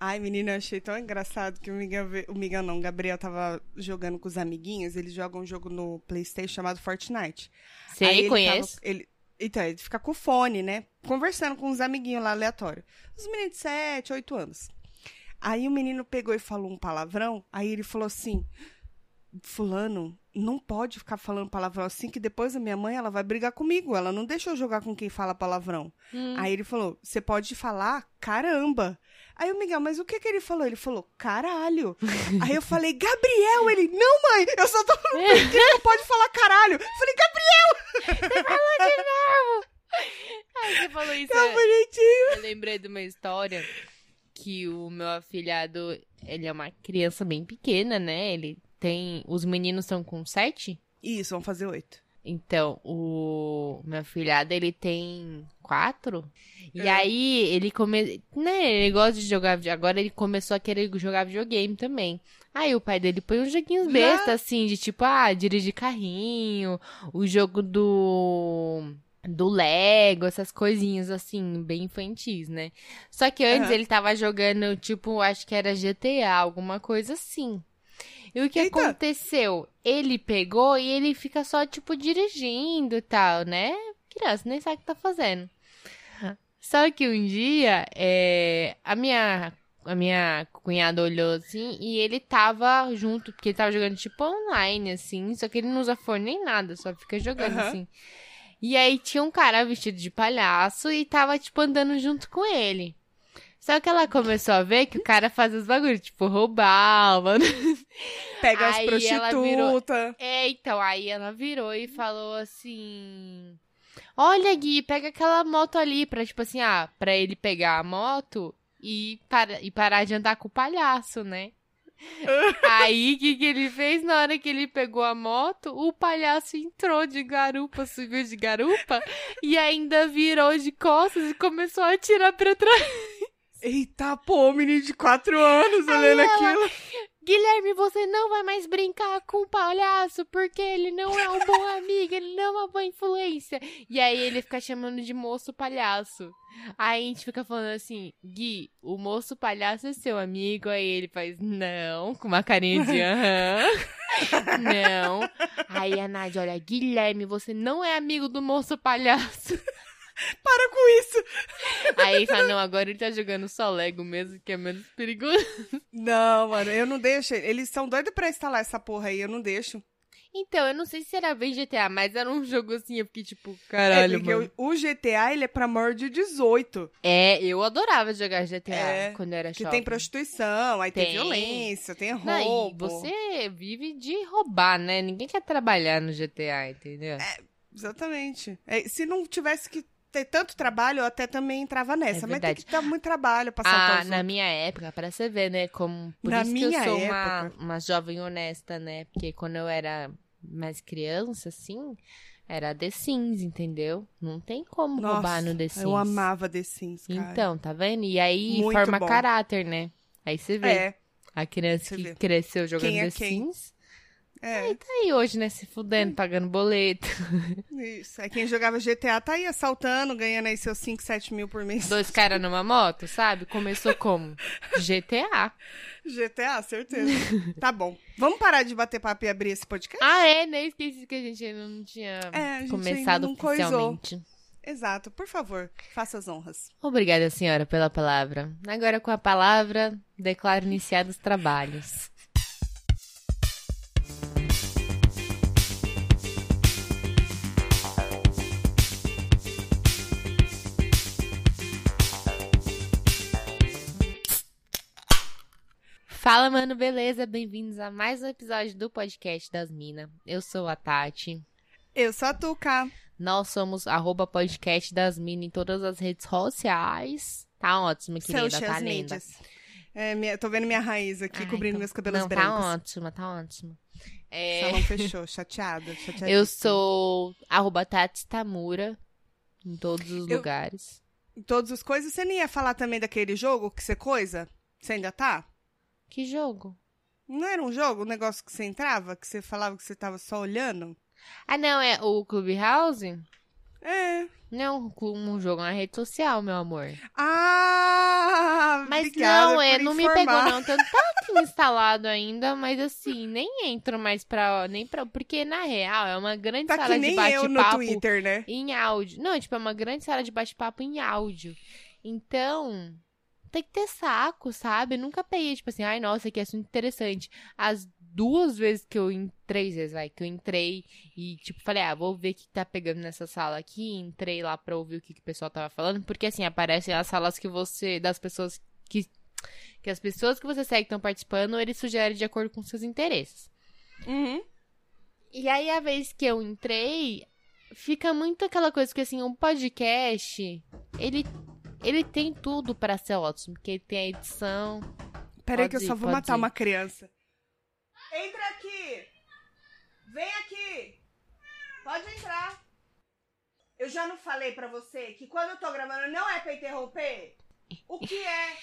Ai, menina, eu achei tão engraçado que o Gabriel tava jogando com os amiguinhos, eles jogam um jogo no PlayStation chamado Fortnite. Aí Sei, conheço. Então, ele fica com o fone, né? Conversando com os amiguinhos lá aleatório. Os meninos de 7, 8 anos. Aí o menino pegou e falou um palavrão, aí ele falou assim: Fulano, não pode ficar falando palavrão assim, que depois a minha mãe ela vai brigar comigo. Ela não deixa eu jogar com quem fala palavrão. Aí ele falou: você pode falar caramba. Aí o Miguel, mas o que ele falou? Ele falou, caralho. Aí eu falei, Gabriel, ele, não, mãe, eu só tô falando que ele não pode falar caralho. Eu falei, Gabriel! Você falou de novo! Ai, você falou isso. Tá bonitinho. Eu lembrei de uma história que o meu afilhado, ele é uma criança bem pequena, né? Ele tem... Os meninos estão com 7? Isso, vamos fazer 8. Então, o meu afilhado, ele tem 4. E aí, ele gosta de jogar... Agora ele começou a querer jogar videogame também. Aí o pai dele põe uns joguinhos besta, assim, de tipo, dirigir carrinho, o jogo do Lego, essas coisinhas, assim, bem infantis, né? Só que antes ele tava jogando, tipo, acho que era GTA, alguma coisa assim. E o que aconteceu? Ele pegou e ele fica só, tipo, dirigindo e tal, né? Criança, nem sabe o que tá fazendo. Só que um dia, a minha cunhada olhou, assim, e ele tava junto, porque ele tava jogando, tipo, online, assim, só que ele não usa fone nem nada, só fica jogando, assim. E aí tinha um cara vestido de palhaço e tava, tipo, andando junto com ele. Só que ela começou a ver que o cara fazia os bagulhos, tipo, roubava. Pega as prostitutas. Então, aí ela virou e falou assim... Olha, Gui, pega aquela moto ali pra, tipo assim, pra ele pegar a moto e parar de andar com o palhaço, né? Aí, o que ele fez? Na hora que ele pegou a moto, o palhaço entrou de garupa, subiu de garupa e ainda virou de costas e começou a atirar pra trás. Eita, pô, menino de 4 anos olhando aquilo. Guilherme, você não vai mais brincar com o palhaço, porque ele não é um bom amigo, ele não é uma boa influência. E aí ele fica chamando de moço palhaço. Aí a gente fica falando assim, Gui, o moço palhaço é seu amigo? Aí ele faz, não, com uma carinha de aham. Não. Aí a Nádia, olha, Guilherme, você não é amigo do moço palhaço. Para com isso! Aí ele fala, não, agora ele tá jogando só Lego mesmo, que é menos perigoso. Não, mano, eu não deixo. Eles são doidos pra instalar essa porra aí, eu não deixo. Então, eu não sei se era bem GTA, mas era um jogo assim, eu fiquei tipo, caralho, mano. O GTA, ele é pra maior de 18. Eu adorava jogar GTA quando eu era que jovem. tem prostituição, aí tem violência, tem roubo. Não, e você vive de roubar, né? Ninguém quer trabalhar no GTA, entendeu? Exatamente. Se não tivesse que ter tanto trabalho, eu até também entrava nessa. Mas tem que dar muito trabalho pra saltar os na minha época, pra você ver, né? Por isso que eu sou uma jovem honesta, né? Porque quando eu era mais criança, assim, era The Sims, entendeu? Não tem como roubar no The Sims. Eu amava The Sims, cara. Então, tá vendo? E aí muito forma bom. Caráter, né? Aí você vê. A criança que cresceu jogando The Sims... Aí tá aí hoje, né? Se fudendo, pagando boleto. Isso. Aí quem jogava GTA tá aí assaltando, ganhando aí seus 5, 7 mil por mês. 2 caras numa moto, sabe? Começou como? GTA. GTA, certeza. Tá bom. Vamos parar de bater papo e abrir esse podcast? Nem esqueci que a gente ainda não tinha começado ainda não oficialmente. Coisou. Exato. Por favor, faça as honras. Obrigada, senhora, pela palavra. Agora com a palavra, declaro iniciados os trabalhos. Fala, mano, beleza? Bem-vindos a mais um episódio do podcast das Minas. Eu sou a Tati. Eu sou a Tuca. Nós somos @podcast das Minas em todas as redes sociais. Tá ótimo, querida, tá linda. Tô vendo minha raiz aqui, cobrindo meus cabelos brancos. Tá ótimo. Só não fechou, chateada. Eu sou @Tati Tamura em todos os lugares. Em todas as coisas. Você nem ia falar também daquele jogo que você coisa? Você ainda tá? Que jogo? Não era um jogo, um negócio que você entrava, que você falava que você tava só olhando? Não, é o Clubhouse? É. Não, um jogo na rede social, meu amor. Mas não, não me pegou não, tanto tá aqui instalado ainda, mas assim, nem entro mais porque na real é uma grande tá sala que nem de bate-papo eu no Twitter, né? em áudio. Não, tipo, é uma grande sala de bate-papo em áudio. Então, tem que ter saco, sabe? Eu nunca peguei, tipo assim, ai, nossa, que assunto interessante. As 2 vezes que eu que eu entrei e, tipo, falei, vou ver o que tá pegando nessa sala aqui. Entrei lá pra ouvir o que o pessoal tava falando, porque, assim, aparecem as salas das pessoas que as pessoas que você segue estão participando, eles sugerem de acordo com seus interesses. Uhum. E aí, a vez que eu entrei, fica muito aquela coisa que, assim, um podcast, ele tem tudo pra ser ótimo, porque ele tem a edição. Peraí que eu só vou matar uma criança. Entra aqui! Vem aqui! Pode entrar. Eu já não falei pra você que quando eu tô gravando não é pra interromper? O que é?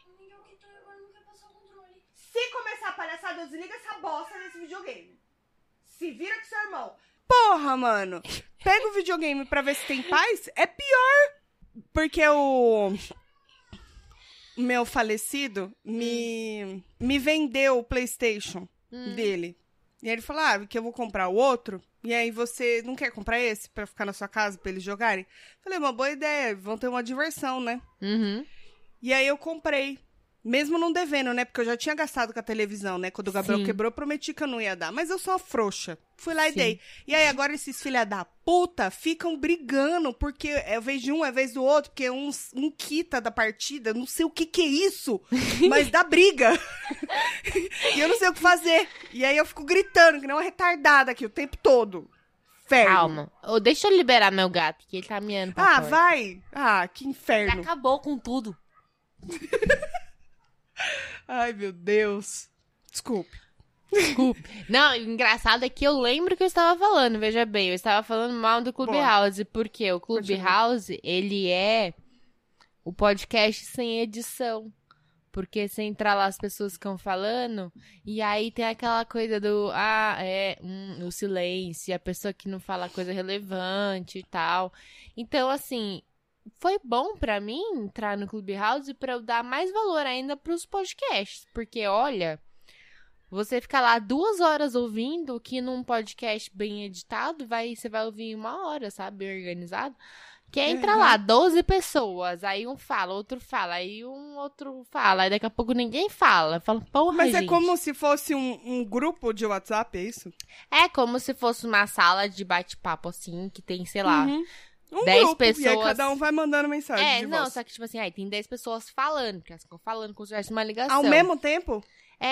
Se começar a palhaçada, desliga essa bosta desse videogame. Se vira com seu irmão. Porra, mano. Pega o videogame pra ver se tem paz. É pior. Porque o meu falecido me vendeu o PlayStation dele. E aí ele falou, que eu vou comprar o outro. E aí você não quer comprar esse pra ficar na sua casa, pra eles jogarem? Falei, uma boa ideia. Vão ter uma diversão, né? Uhum. E aí eu comprei. Mesmo não devendo, né? Porque eu já tinha gastado com a televisão, né? Quando o Gabriel quebrou, eu prometi que eu não ia dar. Mas eu sou uma frouxa. Fui lá e dei. E aí agora esses filha da puta ficam brigando, porque é vez de um, é vez do outro, porque um quita da partida, não sei o que é isso, mas dá briga. E eu não sei o que fazer. E aí eu fico gritando, que nem uma retardada aqui o tempo todo. Inferno. Calma. Deixa eu liberar meu gato, que ele tá miando pra fora. Vai! Que inferno. Ele acabou com tudo. Ai, meu Deus. Desculpe. Não, o engraçado é que eu lembro que eu estava falando, veja bem, eu estava falando mal do Clubhouse, porque o Clubhouse, ele é o podcast sem edição. Porque você entra lá, as pessoas ficam falando, e aí tem aquela coisa do, o silêncio, a pessoa que não fala coisa relevante e tal. Então, assim, foi bom pra mim entrar no Clubhouse pra eu dar mais valor ainda pros podcasts. Porque, olha, você fica lá 2 horas ouvindo, que num podcast bem editado, você vai ouvir em 1 hora, sabe? Bem organizado. Que entra lá, 12 pessoas, aí um fala, outro fala, aí um outro fala, aí daqui a pouco ninguém fala. Fala, porra, Mas gente. é como se fosse um grupo de WhatsApp, é isso? É como se fosse uma sala de bate-papo, assim, que tem, sei lá, 10 grupo, pessoas. E aí cada um vai mandando mensagem de voz. Só que, tipo assim, aí tem 10 pessoas falando, porque elas ficam falando como se tivesse uma ligação. Ao mesmo tempo?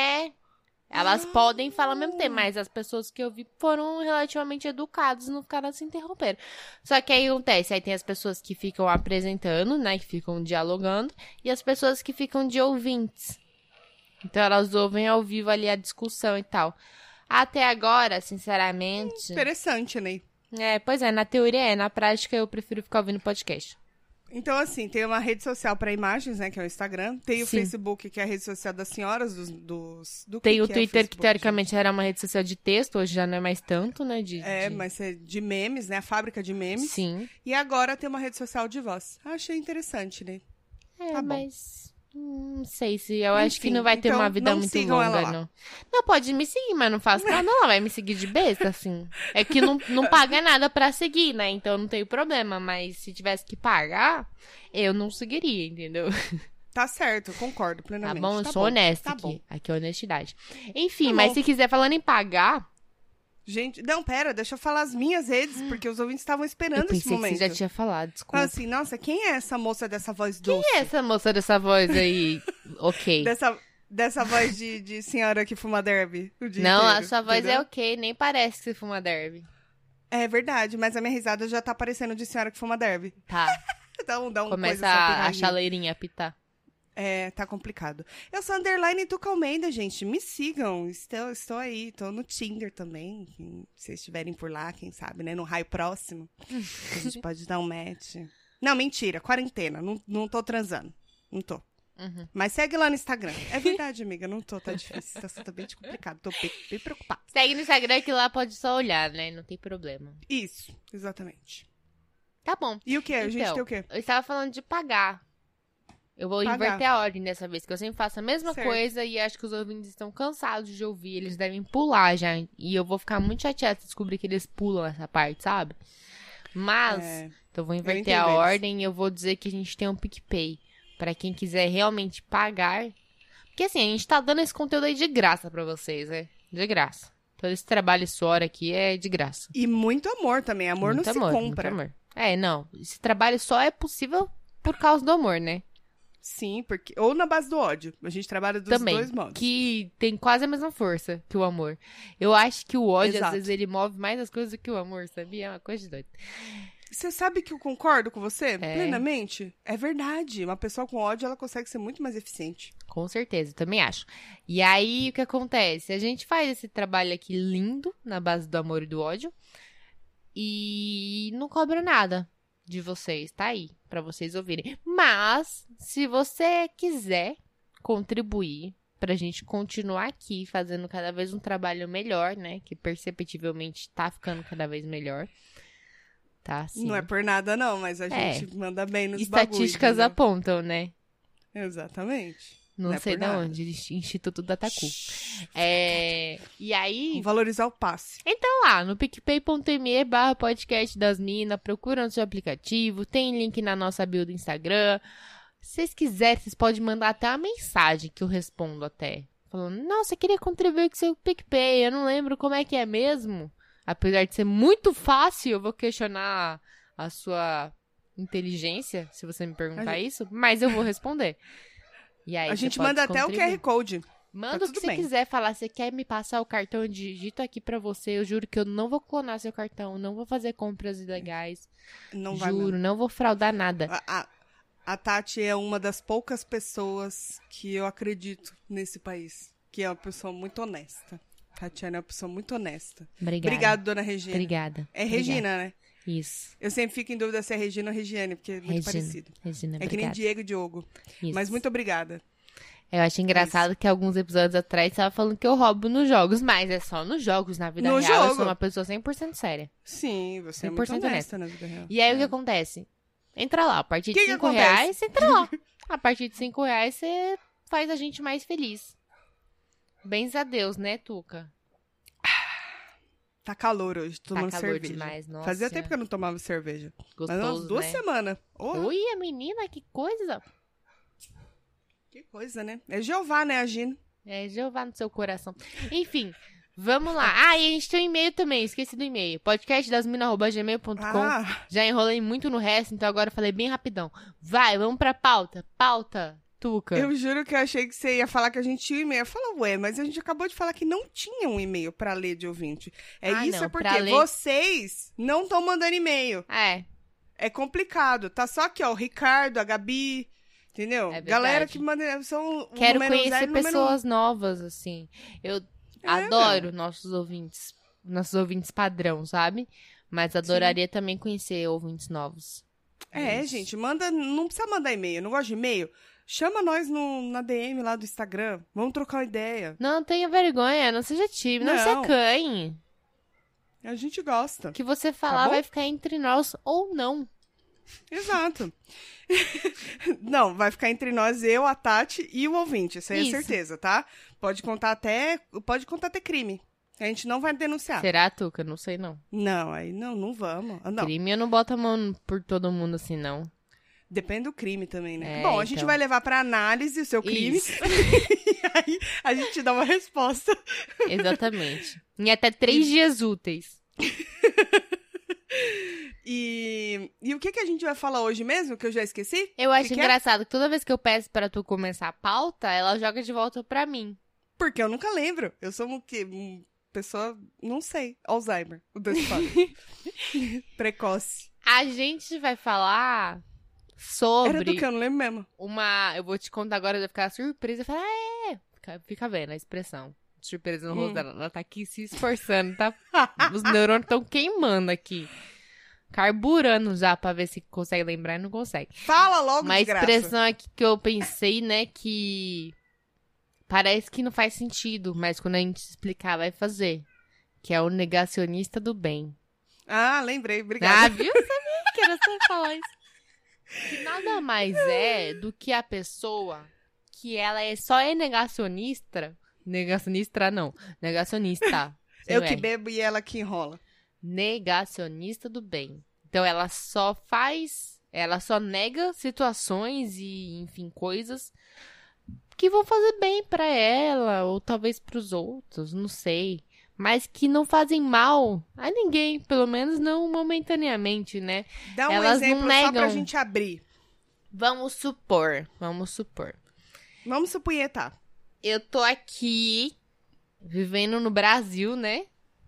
Elas podem falar ao mesmo tempo, mas as pessoas que eu vi foram relativamente educadas, não ficaram se interrompendo. Só que aí acontece, aí tem as pessoas que ficam apresentando, né, que ficam dialogando, e as pessoas que ficam de ouvintes. Então elas ouvem ao vivo ali a discussão e tal. Até agora, sinceramente... Interessante, né? Pois é, na teoria na prática eu prefiro ficar ouvindo podcast. Então, assim, tem uma rede social para imagens, né, que é o Instagram. Tem o Facebook, que é a rede social das senhoras, tem o Twitter, que teoricamente era uma rede social de texto, hoje já não é mais tanto, né? Mas é de memes, né? A fábrica de memes. Sim. E agora tem uma rede social de voz. Achei interessante, né? Tá bom. Mas... Não sei se... Eu acho que não vai ter uma vida muito longa, não. Não, pode me seguir, mas não faço nada. Ela vai me seguir de besta, assim. É que não paga nada pra seguir, né? Então não tem problema. Mas se tivesse que pagar, eu não seguiria, entendeu? Tá certo, concordo plenamente. Tá bom? Eu sou honesta aqui. Bom. Aqui é honestidade. Enfim, mas se quiser, falando em pagar... Gente, não, pera, deixa eu falar as minhas redes, porque os ouvintes estavam esperando esse momento. Que você já tinha falado, desculpa. Fala assim, nossa, quem é essa moça dessa voz doce? Quem é essa moça dessa voz aí? Ok. Dessa voz de senhora que fuma derby o dia Não, inteiro, a sua voz entendeu? é ok, nem parece que você fuma derby. É verdade, mas a minha risada já tá parecendo de senhora que fuma derby. Tá. Dá um Começa coisa, a chaleirinha a pitar. Tá complicado. Eu sou Underline Tuca Almeida, gente. Me sigam. Estou aí. Tô no Tinder também. Se vocês estiverem por lá, quem sabe, né? No raio próximo. A gente pode dar um match. Não, mentira. Quarentena. Não tô transando. Não tô. Mas segue lá no Instagram. É verdade, amiga. Não tô. Tá difícil. Tá bem complicado. Tô bem preocupada. Segue no Instagram que lá pode só olhar, né? Não tem problema. Isso. Exatamente. Tá bom. E o quê? A gente Então, tem o quê? eu estava falando de pagar. Eu vou Pagar. inverter a ordem dessa vez, que eu sempre faço a mesma Certo. coisa e acho que os ouvintes estão cansados de ouvir. Eles devem pular já. E eu vou ficar muito chateada se descobrir que eles pulam essa parte, sabe? Mas, então eu vou inverter entendo a eles. ordem e eu vou dizer que a gente tem um PicPay. Pra quem quiser realmente pagar. Porque assim, a gente tá dando esse conteúdo aí de graça pra vocês, né? De graça. Todo esse trabalho e suor aqui é de graça. E muito amor também. Amor Muito não amor, se compra. muito amor. Não. Esse trabalho só é possível por causa do amor, né? Sim, porque... Ou na base do ódio. A gente trabalha dos Também. dois modos. Que tem quase a mesma força que o amor. Eu acho que o ódio, Exato. às vezes, ele move mais as coisas do que o amor, sabia? É uma coisa de doido. Você sabe que eu concordo com você plenamente? É verdade. Uma pessoa com ódio, ela consegue ser muito mais eficiente. Com certeza, eu também acho. E aí, o que acontece? A gente faz esse trabalho aqui lindo, na base do amor e do ódio, e não cobra nada de vocês, tá aí, pra vocês ouvirem. Mas, se você quiser contribuir pra gente continuar aqui, fazendo cada vez um trabalho melhor, né, que perceptivelmente tá ficando cada vez melhor, tá, sim. Não é por nada, não, mas a gente manda bem nos Estatísticas bagulhos, apontam, né? Exatamente. Não é sei por de nada. onde, Instituto da Tacu. E aí, Vamos valorizar o passe. então lá, no picpay.me/podcast das minas, procura no seu aplicativo, tem link na nossa bio do Instagram. Se vocês quiserem, vocês podem mandar até uma mensagem que eu respondo até. Falando, nossa, eu queria contribuir com o seu PicPay, eu não lembro como é que é mesmo. Apesar de ser muito fácil, eu vou questionar a sua inteligência, se você me perguntar isso, mas eu vou responder. E aí, A gente você pode manda até o contribuir. QR Code. Manda Tá o que tudo você bem. quiser falar. Você quer me passar o cartão, eu digito aqui pra você. Eu juro que eu não vou clonar seu cartão, não vou fazer compras ilegais. Não vai Juro, mesmo. não vou fraudar nada. A Tati é uma das poucas pessoas que eu acredito nesse país. Que é uma pessoa muito honesta. Tatiana é uma pessoa muito honesta. Obrigada. Obrigado, dona Regina. Obrigada. É Obrigada. Regina, né? Isso. Eu sempre fico em dúvida se é Regina ou Regiane, porque é muito Regina. parecido. Regina, É que nem obrigada. Diego e Diogo. Isso. Mas muito obrigada. Eu acho engraçado que alguns episódios atrás você tava falando que eu roubo nos jogos, mas é só nos jogos. Na vida No real, eu jogo. sou uma pessoa 100% séria. Sim, você é muito 100% honesta na vida real. E aí, o que acontece? Entra lá, a partir de Que 5 acontece? reais, entra lá. A partir de 5 reais, você faz a gente mais feliz. Bens a Deus, né, Tuca? Tá calor hoje, Tá tomando calor cerveja. demais, nossa. Fazia tempo que eu não tomava cerveja. Mas umas Gostoso, 2 né? semanas. Oh, Ui, a menina, que coisa. que coisa, né? É Jeová, né, agindo. É, Jeová no seu coração. Enfim, vamos lá. Ah, e a gente tem um e-mail também, esqueci do e-mail. podcastdasmina@gmail.com. Ah, Já enrolei muito no resto, então agora eu falei bem rapidão. Vai, vamos pra pauta. Pauta, Tuca. eu juro que eu achei que você ia falar que a gente tinha um e-mail. Eu falo, ué, mas a gente acabou de falar que não tinha um e-mail pra ler de ouvinte. Ah, Isso não, é porque pra ler- vocês não estão mandando e-mail. É, É complicado. Tá só aqui, ó, o Ricardo, a Gabi, entendeu? É verdade. Galera que manda... São o quero número conhecer 0 e o número pessoas novas, assim. Eu adoro nossos ouvintes padrão, sabe? Mas adoraria também conhecer ouvintes novos. É, isso. gente, manda... Não precisa mandar e-mail. Não gosta de e-mail? Chama nós na DM lá do Instagram. Vamos trocar uma ideia. Não tenha vergonha, não seja tímido, não se Não. acanhe. A gente gosta. O que você falar bom? vai ficar entre nós ou não. Exato. Não, vai ficar entre nós, eu, a Tati e o ouvinte. Isso aí é Isso. certeza, tá? Pode contar até crime. A gente não vai denunciar. Será, Tuca? Não sei, não. Não, aí não vamos. Não, Crime eu não boto a mão por todo mundo assim, não. depende do crime também, né? É, Bom, a gente então. vai levar pra análise o seu crime. Isso. E aí a gente dá uma resposta. Exatamente. Em até 3 dias úteis. E o que a gente vai falar hoje mesmo, que eu já esqueci? Eu acho que é? engraçado que toda vez que eu peço pra tu começar a pauta, ela joga de volta pra mim. Porque eu nunca lembro. Eu sou o quê? Pessoa, não sei, Alzheimer, o desse precoce. A gente vai falar Era do sobre que eu não lembro mesmo. uma... Eu vou te contar agora, vai ficar surpresa. Falar, fica vendo a expressão. Surpresa no rosto dela. Ela tá aqui se esforçando, tá? Os neurônios estão queimando aqui. Carburando já pra ver se consegue lembrar e não consegue. Fala logo, Uma desgraça. expressão aqui que eu pensei, né, que parece que não faz sentido, mas quando a gente explicar vai fazer. Que é o negacionista do bem. Ah, lembrei, obrigada. Ah, viu? Sabia que era só falar isso. Que nada mais é do que a pessoa que ela só é negacionista. Negacionista não. Negacionista. Eu que bebo e ela que enrola. Negacionista do bem. Então ela só nega situações e, enfim, coisas que vão fazer bem pra ela, ou talvez pros outros, não sei. Mas que não fazem mal a ninguém, pelo menos não momentaneamente, né? Dá um Elas exemplo não negam. só pra gente abrir. Vamos supor. Vamos supunhetar. Eu tô aqui, vivendo no Brasil, né?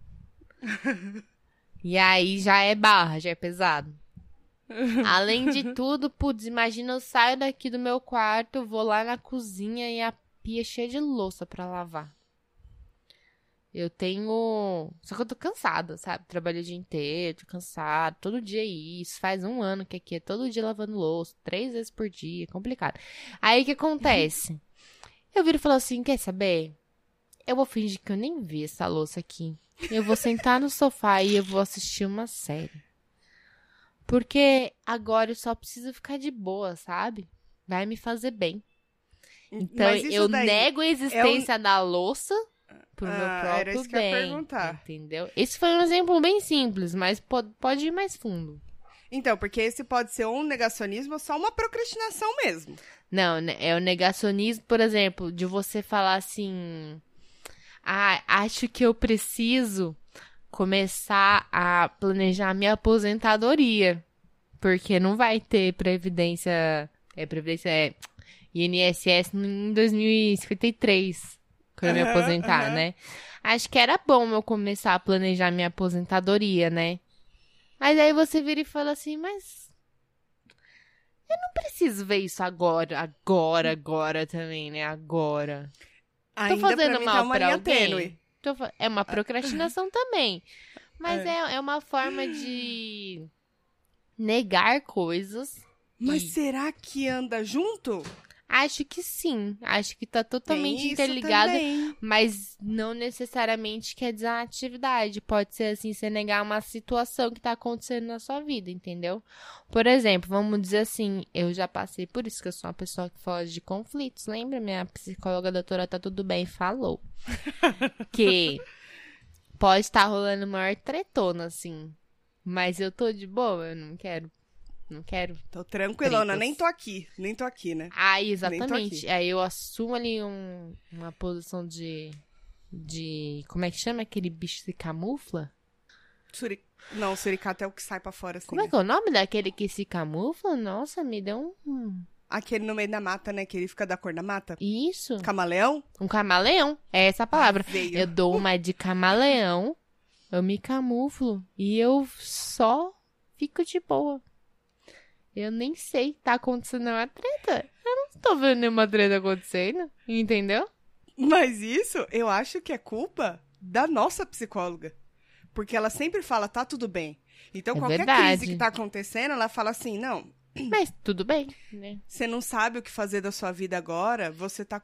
E aí já é barra, já é pesado. Além de tudo, putz, imagina eu saio daqui do meu quarto, vou lá na cozinha e a pia é cheia de louça pra lavar. Eu tenho... Só que eu tô cansada, sabe? Trabalho o dia inteiro, tô cansada, todo dia é isso. Faz 1 ano que aqui é todo dia lavando louça, 3 vezes por dia, é complicado. Aí o que acontece? Eu viro e falo assim, quer saber? Eu vou fingir que eu nem vi essa louça aqui. Eu vou sentar no sofá e eu vou assistir uma série. Porque agora eu só preciso ficar de boa, sabe? Vai me fazer bem. Então eu nego a existência da louça pro meu próprio era isso que bem. eu ia perguntar. Entendeu? Esse foi um exemplo bem simples, mas pode ir mais fundo. Então, porque esse pode ser um negacionismo ou só uma procrastinação mesmo. Não, é o negacionismo, por exemplo, de você falar assim... Ah, acho que eu preciso começar a planejar minha aposentadoria. Porque não vai ter INSS em 2053, quando eu me aposentar, né? Acho que era bom eu começar a planejar minha aposentadoria, né? Mas aí você vira e fala assim, mas eu não preciso ver isso agora também, né? Agora. Ainda Tô fazendo pra mim mal tá uma pra linha alguém? tênue. É uma procrastinação também. Mas é uma forma de negar coisas. Mas será que anda junto? Acho que sim. Acho que tá totalmente Tem isso interligado. também. Mas não necessariamente quer dizer uma atividade. Pode ser assim, você negar uma situação que tá acontecendo na sua vida, entendeu? Por exemplo, vamos dizer assim, eu já passei por isso, que eu sou uma pessoa que foge de conflitos. Lembra? Minha psicóloga, a doutora Tá Tudo Bem, falou que pode estar rolando maior tretona, assim. Mas eu tô de boa, eu não quero. Tô tranquilona, Tretas. nem tô aqui, né? Aí, Nem tô exatamente. aqui. Aí eu assumo ali uma posição de... Como é que chama aquele bicho que se camufla? Não, suricato é o que sai pra fora, assim. Como é que é o nome daquele que se camufla? Nossa, me deu um... Aquele no meio da mata, né? Que ele fica da cor da mata. Isso. Camaleão? Um camaleão. É essa a palavra. Veio. Eu dou uma de camaleão, eu me camuflo e eu só fico de boa. Eu nem sei, tá acontecendo uma treta. Eu não tô vendo nenhuma treta acontecendo, entendeu? Mas isso, eu acho que é culpa da nossa psicóloga. Porque ela sempre fala, tá tudo bem. Então, É qualquer verdade. crise que tá acontecendo, ela fala assim, não, Mas tudo bem, né? você não sabe o que fazer da sua vida agora, você tá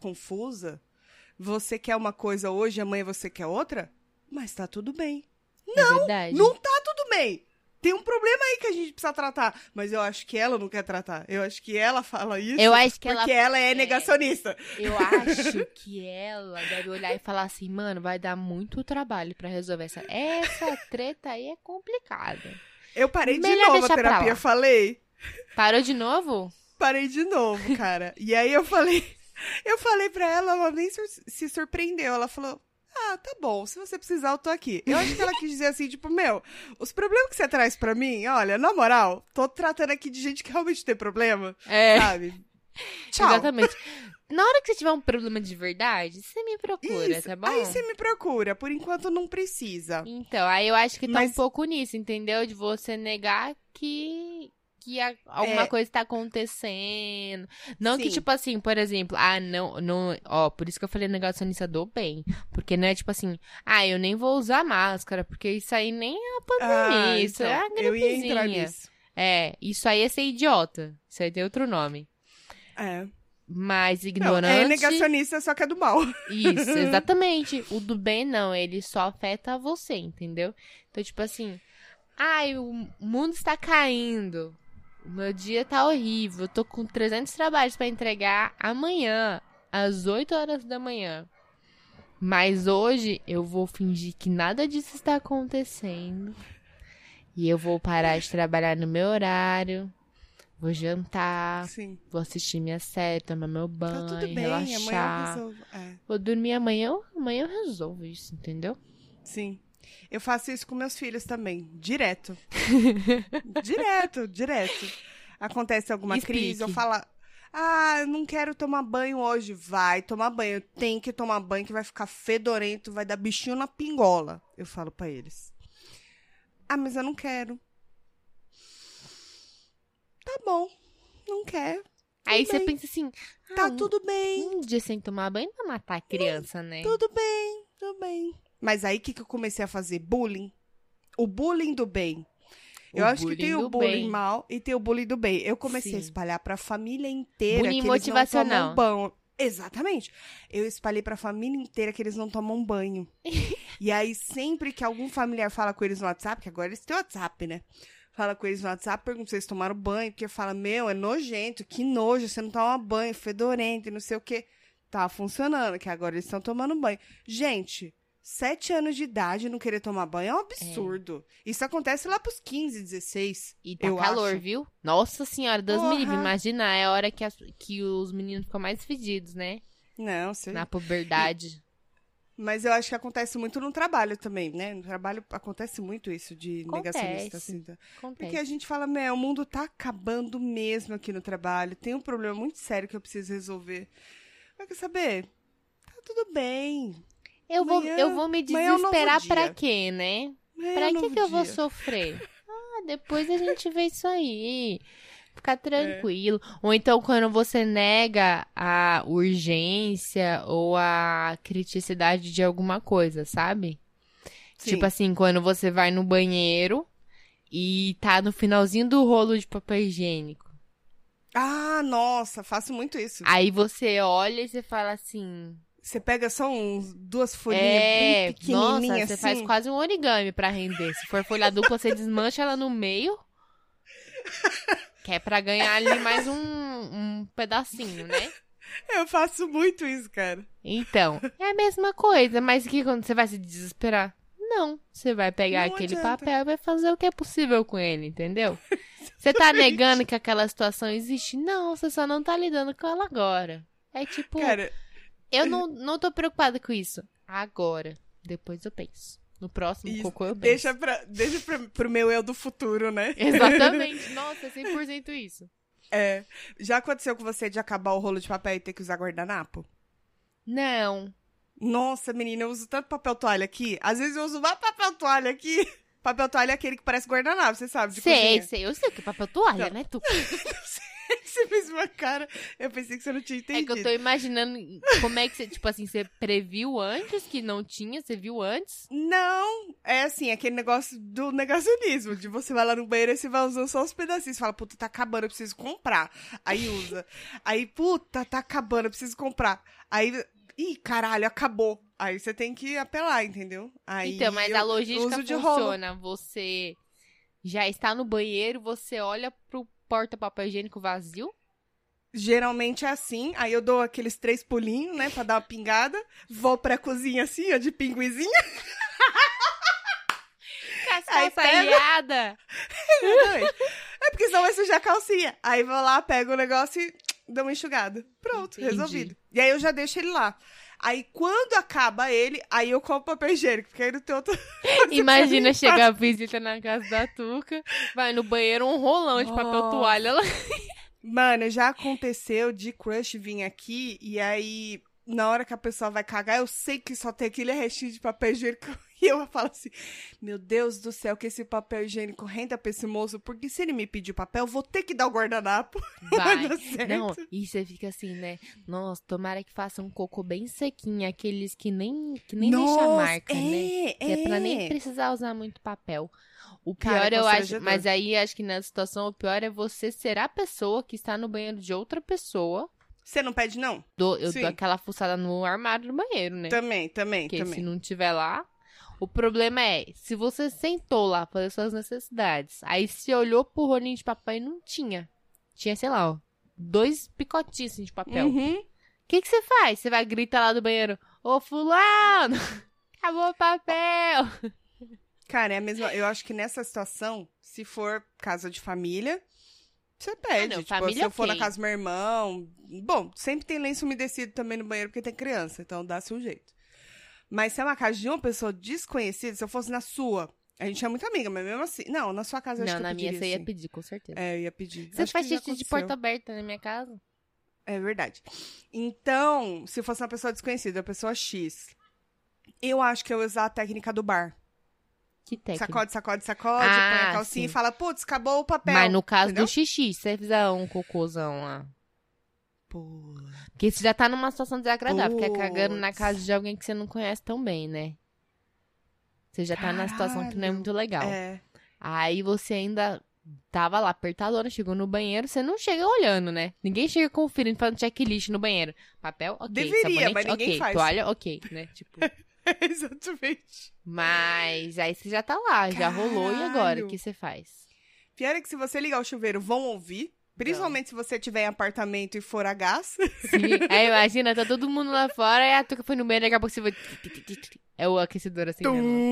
confusa, você quer uma coisa hoje, amanhã você quer outra, mas tá tudo bem. É verdade. Não tá tudo bem. Tem um problema aí que a gente precisa tratar. Mas eu acho que ela não quer tratar. Eu acho que ela fala isso Eu acho que porque ela é negacionista. Eu acho que ela deve olhar e falar assim, mano, vai dar muito trabalho pra resolver essa treta aí, é complicada. Eu parei de Melhor novo a deixar pra terapia, lá. falei. Parou de novo? Parei de novo, cara. E aí eu falei pra ela nem se surpreendeu. Ela falou, tá bom, se você precisar eu tô aqui. Eu acho que ela quis dizer assim, tipo, os problemas que você traz pra mim, olha, na moral, tô tratando aqui de gente que realmente tem problema, sabe? Tchau. Exatamente. Na hora que você tiver um problema de verdade, você me procura, Isso. tá bom? Aí você me procura, por enquanto não precisa. Então, aí eu acho que tá Mas- um pouco nisso, entendeu? De você negar que alguma coisa tá acontecendo. Não que, Sim. tipo assim, por exemplo, não, por isso que eu falei negacionista do bem. Porque não é tipo assim, eu nem vou usar máscara, porque isso aí nem é a pandemia, isso é a então, eu ia entrar gripezinha. nisso. Isso aí é ser idiota. Isso aí tem outro nome. É. Mas Não, ignorante... é negacionista, só que é do mal. Isso, exatamente. O do bem não, ele só afeta você, entendeu? Então, tipo assim, Ai, o mundo está caindo. O meu dia tá horrível. Eu tô com 300 trabalhos pra entregar amanhã, às 8 horas da manhã. Mas hoje eu vou fingir que nada disso está acontecendo. E eu vou parar de trabalhar no meu horário. Vou jantar. Sim. Vou assistir minha série, tomar meu banho, Tá tudo bem, amanhã eu relaxar. resolvo. É. Vou dormir amanhã eu resolvo isso, entendeu? Sim. Eu faço isso com meus filhos também, direto. Direto. Acontece alguma crise, eu falo, eu não quero tomar banho hoje. Vai tomar banho, tem que tomar banho que vai ficar fedorento, vai dar bichinho na pingola. Eu falo pra eles. Mas eu não quero. Tá bom, não quero. Aí Tudo você bem. pensa assim, Tá tudo bem, um dia sem tomar banho não vai matar a criança, né? tudo bem. Mas aí, o que eu comecei a fazer? Bullying. O bullying do bem. Eu acho que tem o bullying mal e tem o bullying do bem. Eu comecei a espalhar pra família inteira bullying que eles motivacional. não tomam banho. Exatamente. Eu espalhei pra família inteira que eles não tomam banho. E aí, sempre que algum familiar fala com eles no WhatsApp, que agora eles têm WhatsApp, né? Fala com eles no WhatsApp, pergunta se eles tomaram banho, porque fala, é nojento, que nojo, você não toma banho, fedorento, e não sei o quê. Tá funcionando, que agora eles estão tomando banho. Gente, 7 anos de idade não querer tomar banho é um absurdo. Isso acontece lá pros 15, 16. E tá calor, viu? Nossa senhora, Deus me livre. Imagina, é a hora que os meninos ficam mais fedidos, né? Não, sei. Na puberdade. Mas eu acho que acontece muito no trabalho também, né? No trabalho acontece muito isso de negacionista. Assim, tá? Porque a gente fala, o mundo tá acabando mesmo aqui no trabalho. Tem um problema muito sério que eu preciso resolver. Mas quer saber? Tá tudo bem. Eu vou me desesperar pra quê, né? Pra que eu vou sofrer? Depois a gente vê isso aí. Ficar tranquilo. Ou então, quando você nega a urgência ou a criticidade de alguma coisa, sabe? Sim. Tipo assim, quando você vai no banheiro e tá no finalzinho do rolo de papel higiênico. Nossa, faço muito isso. Aí você olha e você fala assim... Você pega só duas folhinhas bem pequenininhas. Nossa, você assim. faz quase um origami pra render. Se for folha dupla, você desmancha ela no meio. Que é pra ganhar ali mais um pedacinho, né? Eu faço muito isso, cara. Então, é a mesma coisa. Mas que quando você vai se desesperar? Não. Você vai pegar aquele papel e vai fazer o que é possível com ele, entendeu? Você tá negando que aquela situação existe? Não, você só não tá lidando com ela agora. É tipo... Cara... Eu não tô preocupada com isso. Agora. Depois eu penso. No próximo cocô eu penso. Deixa pro meu eu do futuro, né? Exatamente. Nossa, é 100% isso. Já aconteceu com você de acabar o rolo de papel e ter que usar guardanapo? Não. Nossa, menina, eu uso tanto papel toalha aqui. Às vezes eu uso mais papel toalha aqui. Papel toalha é aquele que parece guardanapo, você sabe, de cozinha. Eu sei que é papel toalha, né, tu? Você fez uma cara, eu pensei que você não tinha entendido. É que eu tô imaginando como é que você, tipo assim, você previu antes que não tinha, você viu antes? Não, é assim, aquele negócio do negacionismo, de você vai lá no banheiro e você vai usando só os pedacinhos, você fala, puta, tá acabando, eu preciso comprar. Aí usa. Aí, puta, tá acabando, eu preciso comprar. Aí, caralho, acabou. Aí você tem que apelar, entendeu? Aí então, mas a logística funciona, você já está no banheiro, você olha pro porta-papel higiênico vazio? Geralmente é assim, aí eu dou aqueles 3 pulinhos, né, pra dar uma pingada, vou pra cozinha assim, ó, de pinguizinha. Cascaçalhada! É porque senão vai sujar a calcinha. Aí vou lá, pego o negócio e dou uma enxugada. Pronto, resolvido. E aí eu já deixo ele lá. Aí, quando acaba ele, aí eu compro papel higiênico, porque aí não tem outro... Imagina chegar a visita na casa da Tuca, vai no banheiro, um rolão de papel toalha lá. Mano, já aconteceu de crush vir aqui, e aí, na hora que a pessoa vai cagar, eu sei que só tem aquele restinho de papel higiênico. E eu falo assim, meu Deus do céu, que esse papel higiênico renda pra esse moço, porque se ele me pedir papel, eu vou ter que dar o guardanapo. Vai. Não, e você fica assim, né? Nossa, tomara que faça um cocô bem sequinho, aqueles que nem deixa marca, né? Que é pra nem precisar usar muito papel. O pior, eu acho, mas aí acho que na situação o pior é você ser a pessoa que está no banheiro de outra pessoa. Você não pede, não? Eu dou aquela fuçada no armário do banheiro, né? Também. Porque se não tiver lá... O problema é, se você sentou lá pra fazer suas necessidades, aí você olhou pro rolinho de papel e não tinha. Tinha, sei lá, ó, 2 picotinhos assim, de papel. Uhum. O que você faz? Você vai gritar lá do banheiro, ô fulano, acabou o papel. Cara, é a mesma. Eu acho que nessa situação, se for casa de família, você pede. não, Tipo, família, se eu for na ok. casa do meu irmão. Bom, sempre tem lenço umedecido também no banheiro porque tem criança, então dá-se um jeito. Mas se é uma casa de uma pessoa desconhecida, se eu fosse na sua, a gente é muito amiga, mas mesmo assim. Não, na sua casa eu acho Não, que eu na minha pediria, você ia sim. pedir, com certeza. É, eu ia pedir. Você Acho faz que já xixi de aconteceu. porta aberta na minha casa? É verdade. Então, se fosse uma pessoa desconhecida, uma pessoa X, eu acho que eu ia usar a técnica do bar. Que técnica. Sacode, sacode, sacode, Ah, põe a calcinha sim. e fala, putz, acabou o papel. Mas no caso entendeu? do xixi, se você fizer um cocôzão lá. Pô. Porque você já tá numa situação desagradável, porque é cagando na Putz. casa de alguém que você não conhece tão bem, né? Você já tá numa situação que não é Caralho. muito legal. É. Aí você ainda tava lá apertadona, chegou no banheiro, você não chega olhando, né? Ninguém chega conferindo, fazendo checklist no banheiro. Papel, ok. Deveria, Sabonete, mas ninguém ok. faz. Toalha, ok, né? Tipo, Exatamente. mas aí você já tá lá, já rolou, e agora? Caralho. O que você faz? Pior é que se você ligar o chuveiro, vão ouvir. Principalmente se você tiver em apartamento e for a gás. Sim. Aí imagina, tá todo mundo lá fora, e a Tuca foi no banheiro, daqui a pouco você vai... É o aquecedor assim, né?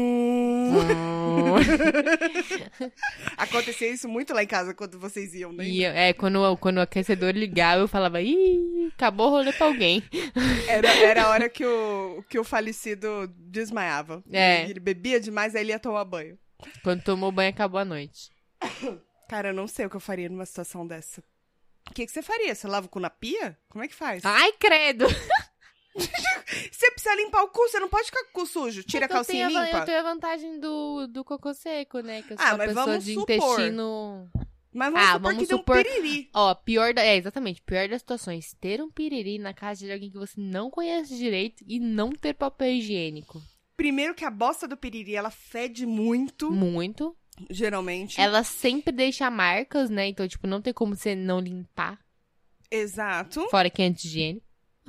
Acontecia isso muito lá em casa quando vocês iam, né? E quando o aquecedor ligava, eu falava, ih, acabou o rolê pra alguém. Era a hora que o falecido desmaiava. É. Ele bebia demais, aí ele ia tomar banho. Quando tomou banho, acabou a noite. Cara, eu não sei o que eu faria numa situação dessa. O que você faria? Você lava o cu na pia? Como é que faz? Ai, credo! Você precisa limpar o cu, você não pode ficar com o cu sujo. Tira a calcinha e limpa. Eu tenho a vantagem do cocô seco, né? Que eu sou Ah, uma mas pessoa vamos de supor. intestino... Mas vamos supor vamos que deu supor- um piriri. Ó, exatamente, pior das situações. Ter um piriri na casa de alguém que você não conhece direito e não ter papel higiênico. Primeiro que a bosta do piriri, ela fede muito, Muito. geralmente. Ela sempre deixa marcas, né? Então, tipo, não tem como você não limpar. Exato. Fora que é anti-higiênico.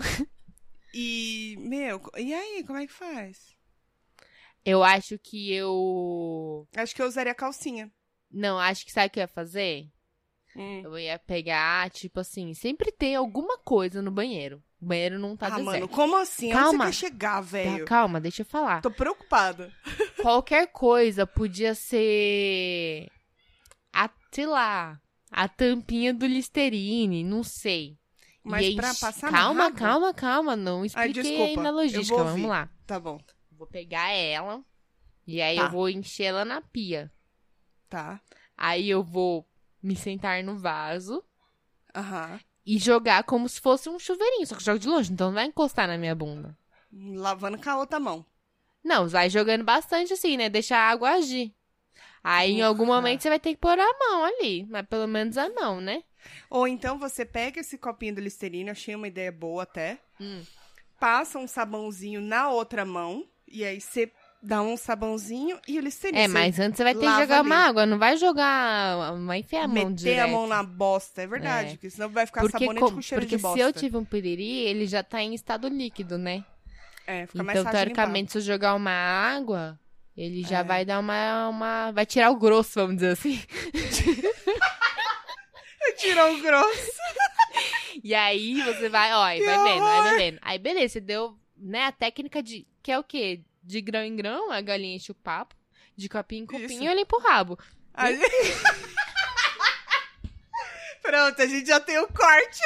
E, e aí, como é que faz? Eu acho que eu... Acho que eu usaria calcinha. Não, acho que sabe o que eu ia fazer? Eu ia pegar, tipo assim, sempre tem alguma coisa no banheiro. O banheiro não tá Ah, deserto. mano, como assim? Onde Calma. você quer chegar, Tá, velho? calma, deixa eu falar. Tô preocupada. Qualquer coisa podia ser... sei lá, a tampinha do Listerine, não sei. Mas E aí, pra passar no rabo? calma, não expliquei desculpa, ainda a eu logística, vou vamos ouvir. lá. Tá bom. Vou pegar ela, e aí Tá. eu vou encher ela na pia. Tá. Aí eu vou me sentar no vaso Aham. e jogar como se fosse um chuveirinho, só que eu jogo de longe, então não vai encostar na minha bunda. Lavando com a outra mão. Não, vai jogando bastante assim, né? Deixa a água agir. Aí em algum Porra. momento você vai ter que pôr a mão ali, mas pelo menos a mão, né? Ou então você pega esse copinho do Listerine, achei uma ideia boa até. Hum. Passa um sabãozinho na outra mão. E aí você dá um sabãozinho e o Listerine. É, Você mas antes você vai ter que lava jogar ali. uma água, não vai jogar, não vai enfiar a mão Meter direto. a mão na bosta, é verdade. É. Porque senão vai ficar sabonete com cheiro porque de bosta. se eu tive um piriri, ele já tá em estado líquido, né? É, fica mais Então, fácil teoricamente, se eu jogar uma água, ele já É. vai dar uma... Vai tirar o grosso, vamos dizer assim. Tirou o grosso. E aí, você vai, ó, e vai vendo, vai bebendo. Aí, beleza, você deu, né, a técnica de... Que é o quê? De grão em grão, a galinha enche o papo. De copinho em copinho, Isso. eu limpo o rabo. Aí- Pronto, a gente já tem o corte.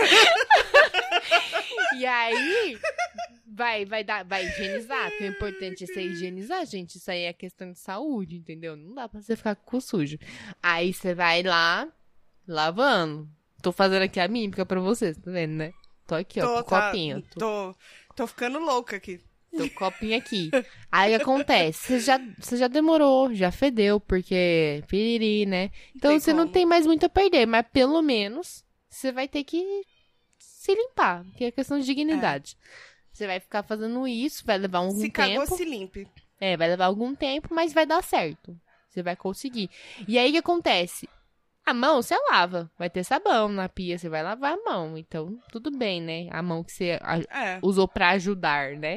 E aí, vai higienizar, porque o importante é você higienizar, gente. Isso aí é questão de saúde, entendeu? Não dá pra você ficar com o cu sujo. Aí você vai lá, lavando. Tô fazendo aqui a mímica pra vocês, tá vendo, né? Tô aqui, ó, com o copinho. Tô ficando louca aqui. Tô com o copinho aqui. Aí acontece, você já demorou, já fedeu, porque piriri, né? Então tem você não como. tem mais muito a perder, mas pelo menos você vai ter que se limpar, que é questão de dignidade. Você vai ficar fazendo isso, vai levar algum Se tempo. cagou, se limpe. É, vai levar algum tempo, mas vai dar certo. Você vai conseguir. E aí o que acontece? A mão você lava, vai ter sabão na pia, você vai lavar a mão. Então, tudo bem, né? A mão que você É. usou pra ajudar, né?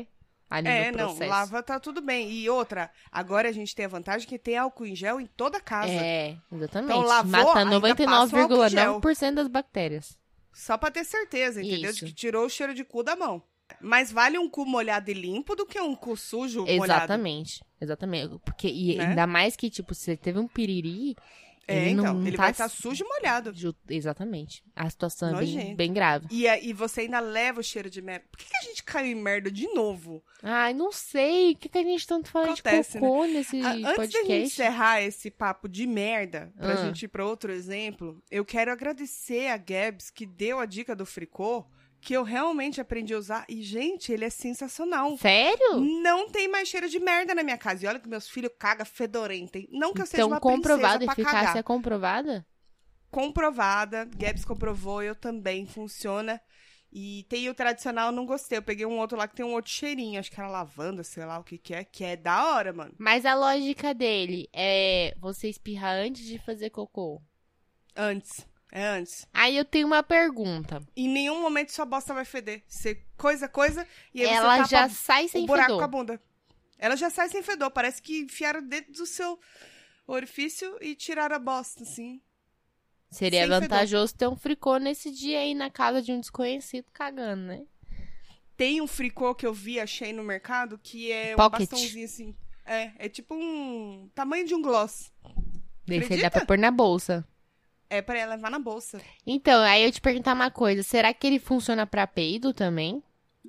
ali no processo. Não, lava tá tudo bem. E outra, agora a gente tem a vantagem que tem álcool em gel em toda a casa. Exatamente. Então, lavou, mata ainda passa o álcool em gel. 99,9% das bactérias. Só pra ter certeza, entendeu? Isso. De que tirou o cheiro de cu da mão. Mas vale um cu molhado e limpo do que um cu sujo molhado. Exatamente. Porque, e Né? ainda mais que, tipo, você teve um piriri... Ele vai estar sujo e molhado. Exatamente. A situação é Nojento. bem grave. E você ainda leva o cheiro de merda. Por que a gente caiu em merda de novo? Ai, não sei. O que a gente tanto fala Acontece, de cocô nesse Antes da gente podcast? encerrar esse papo de merda, pra gente ir pra outro exemplo, eu quero agradecer a Gabs que deu a dica do fricô, que eu realmente aprendi a usar. E, gente, ele é sensacional. Sério? Não tem mais cheiro de merda na minha casa. E olha que meus filhos cagam fedorento, hein? Não que eu seja Então, uma comprovada, princesa pra eficácia cagar. é comprovada? Comprovada. Gabs comprovou, eu também. Funciona. E tem o tradicional, eu não gostei. Eu peguei um outro lá que tem um outro cheirinho. Acho que era lavanda, sei lá o que é da hora, mano. Mas a lógica dele é você espirrar antes de fazer cocô. Antes. É antes. Aí eu tenho uma pergunta. Em nenhum momento sua bosta vai feder. Você coisa, e aí Ela você já tapa sai sem o buraco fedor. com a bunda. Ela já sai sem fedor. Parece que enfiaram dentro do seu orifício e tiraram a bosta, assim. Seria sem fedor. vantajoso ter um fricô nesse dia aí na casa de um desconhecido cagando, né? Tem um fricô que eu vi, achei no mercado, que é um Pocket. bastãozinho assim. É tipo um tamanho de um gloss. Daí você Acredita? dá pra pôr na bolsa. É pra levar na bolsa. Então, aí eu te perguntar uma coisa. Será que ele funciona pra peido também?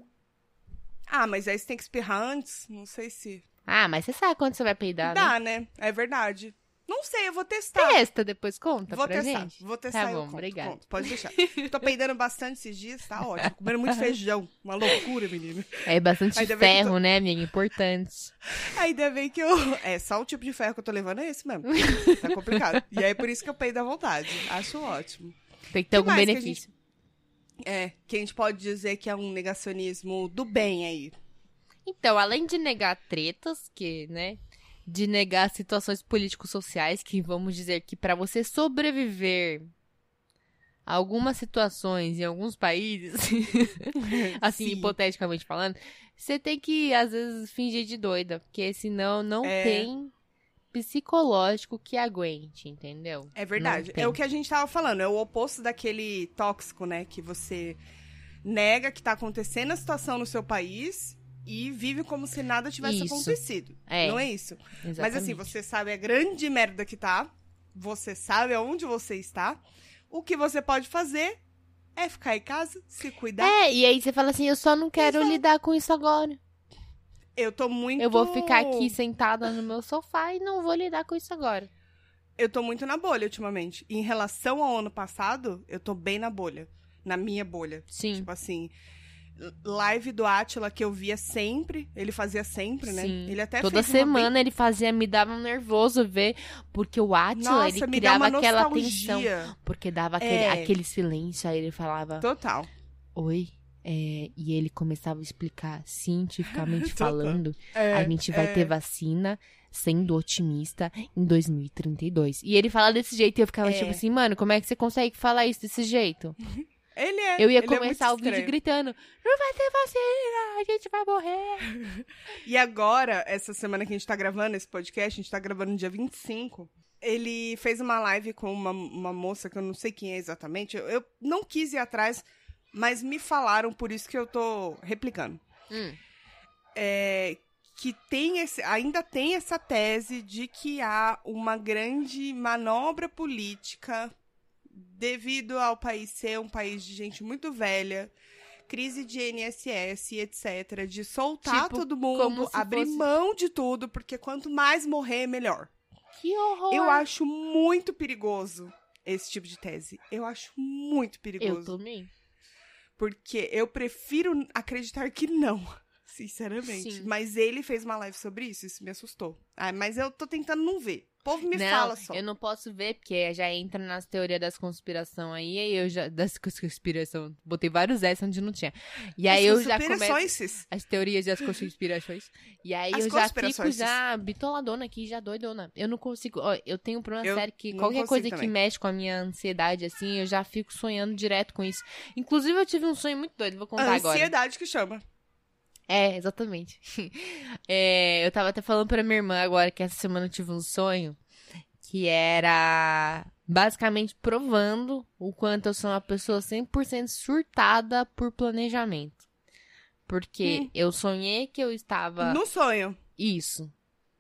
Ah, mas aí você tem que espirrar antes? Não sei se... Ah, mas você sabe quando você vai peidar, né? Dá, né? É verdade. Não sei, eu vou testar. Testa, depois conta Vou pra testar, gente. vou testar. Tá e eu bom, conto, obrigada. conto, pode deixar. Tô peidando bastante esses dias, tá ótimo. Comendo muito feijão, uma loucura, menina. É bastante Ainda bem que ferro, né, amiga? Importante. Ainda bem que eu... É, só o tipo de ferro que eu tô levando é esse mesmo. Tá complicado. E aí, por isso que eu peido à vontade. Acho ótimo. Tem que ter algum mais que a benefício. Que a gente pode dizer que é um negacionismo do bem aí. Então, além de negar tretas, né? De negar situações político-sociais, que vamos dizer que para você sobreviver a algumas situações em alguns países, assim, Sim. hipoteticamente falando, você tem que, às vezes, fingir de doida, porque senão não tem psicológico que aguente, entendeu? É verdade. Não tem. É o que a gente tava falando, é o oposto daquele tóxico, né? Que você nega que tá acontecendo a situação no seu país e vive como se nada tivesse Isso. acontecido. É. Não é isso? Exatamente. Mas assim, você sabe a grande merda que tá, você sabe aonde você está, o que você pode fazer é ficar em casa, se cuidar. E aí você fala assim, eu só não quero Exato. lidar com isso agora. Eu tô muito... Eu vou ficar aqui sentada no meu sofá e não vou lidar com isso agora. Eu tô muito na bolha ultimamente. Em relação ao ano passado, eu tô bem na bolha. Na minha bolha. Sim. Tipo assim, live do Átila que eu via sempre, ele fazia sempre, né? Sim. Ele até Toda fez uma semana ele fazia, me dava um nervoso ver, porque o Átila, Nossa, ele me dá criava uma aquela nostalgia. tensão, porque dava É. aquele silêncio, aí ele falava, Total. oi, e ele começava a explicar, cientificamente Total. falando, É, a gente vai ter vacina, sendo otimista, em 2032. E ele fala desse jeito, e eu ficava tipo assim, mano, como é que você consegue falar isso desse jeito? Ele é. Eu ia ele é começar o muito vídeo estranho. gritando, não vai ter vacina, a gente vai morrer. E agora, essa semana que a gente tá gravando esse podcast, a gente tá gravando no dia 25. Ele fez uma live com uma moça que eu não sei quem é exatamente. Eu não quis ir atrás, mas me falaram, por isso que eu tô replicando. Que ainda tem essa tese de que há uma grande manobra política devido ao país ser um país de gente muito velha, crise de INSS, etc., de soltar Tipo, todo como mundo, se abrir fosse- mão de tudo, porque quanto mais morrer, melhor. Que horror. Eu acho muito perigoso esse tipo de tese. Eu acho muito Eu perigoso. também. Porque eu prefiro acreditar que não, sinceramente. Sim. Mas ele fez uma live sobre isso me assustou. Mas eu tô tentando não ver. O povo me Não, fala só. eu não posso ver, porque já entra nas teorias das conspiração aí, aí eu já... Das conspiração, botei vários S onde não tinha. E aí eu já começo... Conspirações. As teorias e as conspirações. E aí As eu já fico conspirações. já bitoladona aqui, já doidona. Eu não consigo... Ó, eu tenho um problema sério que não qualquer consigo coisa também. que mexe com a minha ansiedade, assim, eu já fico sonhando direto com isso. Inclusive, eu tive um sonho muito doido, vou contar agora. Ansiedade que chama. Exatamente. Eu tava até falando pra minha irmã agora que essa semana eu tive um sonho que era basicamente provando o quanto eu sou uma pessoa 100% surtada por planejamento. Porque eu sonhei que eu estava... No sonho. Isso.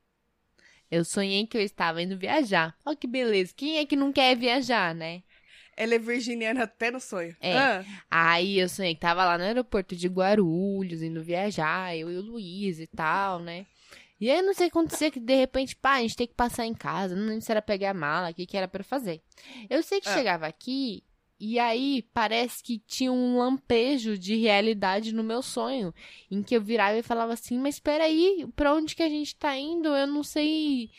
Eu sonhei que eu estava indo viajar. Olha que beleza. Quem é que não quer viajar, né? Ela é virginiana até no sonho. Aí eu sonhei que tava lá no aeroporto de Guarulhos, indo viajar, eu e o Luiz e tal, né? E aí eu não sei o que acontecer, que de repente, pá, a gente tem que passar em casa, não lembro se era pegar a mala, o que era pra fazer. Eu sei que chegava aqui, e aí parece que tinha um lampejo de realidade no meu sonho, em que eu virava e falava assim, mas espera aí, pra onde que a gente tá indo? Eu não sei...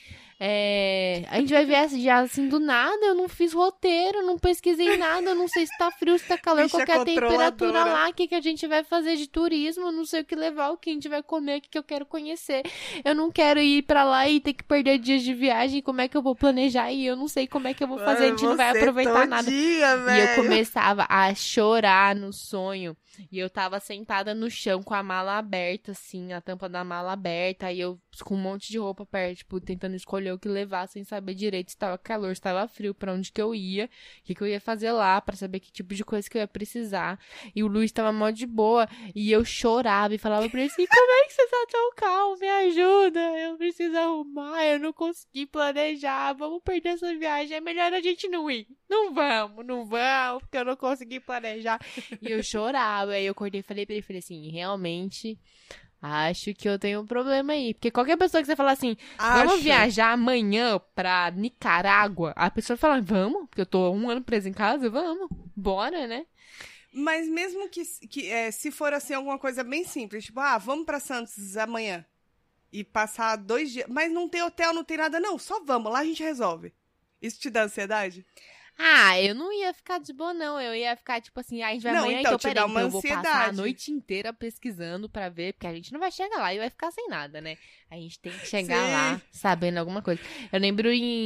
A gente vai viajar assim do nada, eu não fiz roteiro, não pesquisei nada, eu não sei se tá frio, se tá calor, Bicha qual que é a temperatura controladora. lá, o que a gente vai fazer de turismo, eu não sei o que levar, o que a gente vai comer, o que eu quero conhecer. Eu não quero ir pra lá e ter que perder dias de viagem, como é que eu vou planejar e eu não sei como é que eu vou fazer, a gente não vai aproveitar nada. E eu começava a chorar no sonho. E eu tava sentada no chão com a mala aberta, assim, a tampa da mala aberta, e eu com um monte de roupa perto, tipo, tentando escolher o que levar, sem saber direito se tava calor, se tava frio, pra onde que eu ia, o que eu ia fazer lá, pra saber que tipo de coisa que eu ia precisar. E o Luiz tava mó de boa, e eu chorava e falava pra ele assim, como é que você tá tão calmo? Me ajuda, eu preciso arrumar, eu não consegui planejar, vamos perder essa viagem, é melhor a gente não ir. Não vamos, porque eu não consegui planejar. E eu chorava. Aí eu acordei e falei pra ele, falei assim, realmente, acho que eu tenho um problema aí. Porque qualquer pessoa que você falar assim, vamos viajar amanhã pra Nicarágua, a pessoa fala, vamos, porque eu tô 1 ano presa em casa, vamos, bora, né? Mas mesmo que se for assim, alguma coisa bem simples, tipo, vamos pra Santos amanhã e passar 2 dias, mas não tem hotel, não tem nada, não, só vamos, lá a gente resolve. Isso te dá ansiedade? Eu não ia ficar de boa, não. Eu ia ficar, tipo assim, a gente vai amanhã, então peraí, uma eu vou ansiedade. passar a noite inteira pesquisando pra ver, porque a gente não vai chegar lá e vai ficar sem nada, né? A gente tem que chegar lá sabendo alguma coisa. Eu lembro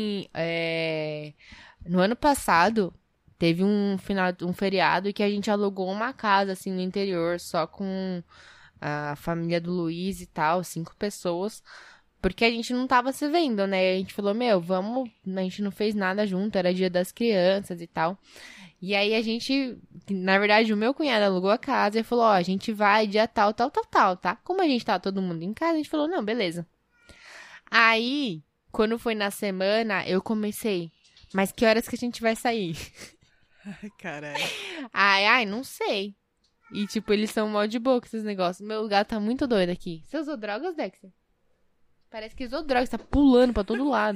no ano passado, teve um feriado que a gente alugou uma casa, assim, no interior, só com a família do Luiz e tal, 5 pessoas. Porque a gente não tava se vendo, né? A gente falou, vamos... A gente não fez nada junto, era dia das crianças e tal. E aí a gente... Na verdade, o meu cunhado alugou a casa e falou, a gente vai dia tal, tá? Como a gente tava todo mundo em casa, a gente falou, não, beleza. Aí, quando foi na semana, eu comecei, mas que horas que a gente vai sair? Ai, caralho. Ai, não sei. E, tipo, eles são mó de boa com esses negócios. Meu gato tá muito doido aqui. Você usou drogas, Dexter? Parece que usou drogas, tá pulando pra todo lado.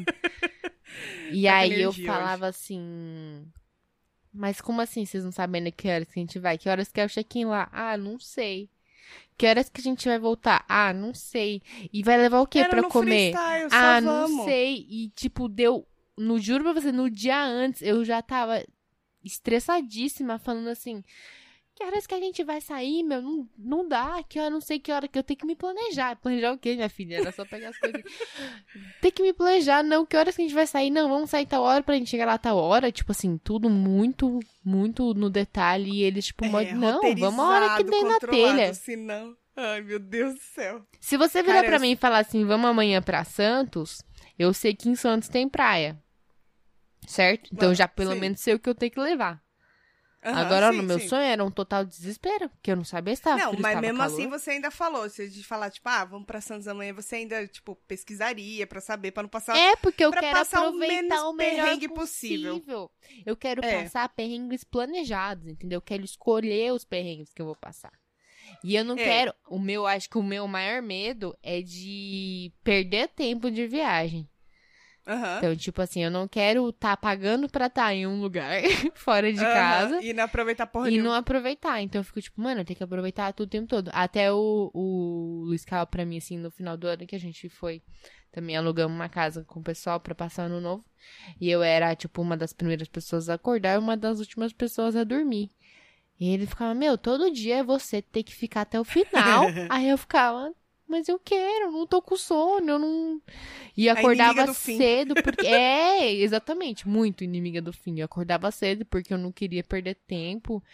E aí eu falava assim... Mas como assim vocês não sabem ainda que horas que a gente vai? Que horas que é o check-in lá? Não sei. Que horas que a gente vai voltar? Não sei. E vai levar o que pra comer? Não sei. E tipo, juro pra você, no dia antes, eu já tava estressadíssima, falando assim... Que horas que a gente vai sair, não dá, que eu não sei que hora que eu tenho que me planejar. Planejar o quê, minha filha? Era só pegar as coisas. Tem que me planejar, não, que horas que a gente vai sair? Não, vamos sair tal hora pra gente chegar lá tal hora. Tipo assim, tudo muito, muito no detalhe. E eles, tipo, não, vamos a hora que tem na telha. Senão... Ai, meu Deus do céu. Se você virar pra mim e falar assim, vamos amanhã pra Santos, eu sei que em Santos tem praia. Certo? Então já pelo menos sei o que eu tenho que levar. Agora, no meu sonho, era um total desespero, porque eu não sabia se estava frio, se mas mesmo calor. assim você ainda falou, se de falar, tipo, vamos pra Santos amanhã, você ainda, tipo, pesquisaria pra saber, pra não passar... porque eu quero aproveitar o melhor perrengue possível. Eu quero passar perrengues planejados, entendeu? Eu quero escolher os perrengues que eu vou passar. E eu não quero... Acho que o meu maior medo é de perder tempo de viagem. Então, tipo assim, eu não quero estar pagando pra estar em um lugar fora de casa. E não aproveitar porra nenhuma. E não aproveitar. Então, eu fico tipo, mano, eu tenho que aproveitar tudo o tempo todo. Até o Luiz Carlos pra mim, assim, no final do ano que a gente foi, também alugamos uma casa com o pessoal pra passar ano novo. E eu era, tipo, uma das primeiras pessoas a acordar e uma das últimas pessoas a dormir. E ele ficava, todo dia é você ter que ficar até o final. Aí eu ficava... Mas eu quero, não tô com sono, eu não... E acordava cedo, porque... exatamente, muito inimiga do fim. Eu acordava cedo porque eu não queria perder tempo.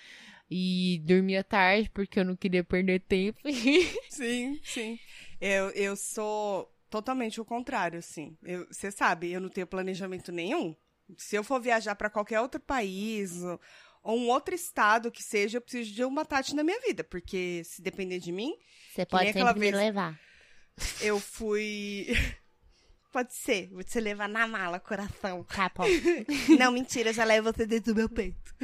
E dormia tarde, porque eu não queria perder tempo. Sim, sim. Eu sou totalmente o contrário, assim. Você sabe, eu não tenho planejamento nenhum. Se eu for viajar para qualquer outro país ou um outro estado que seja, eu preciso de uma Tati na minha vida. Porque se depender de mim... Você pode sempre me levar. Eu fui... Pode ser. Vou te levar na mala, coração. Tá, bom. Não, mentira, eu já levo você dentro do meu peito.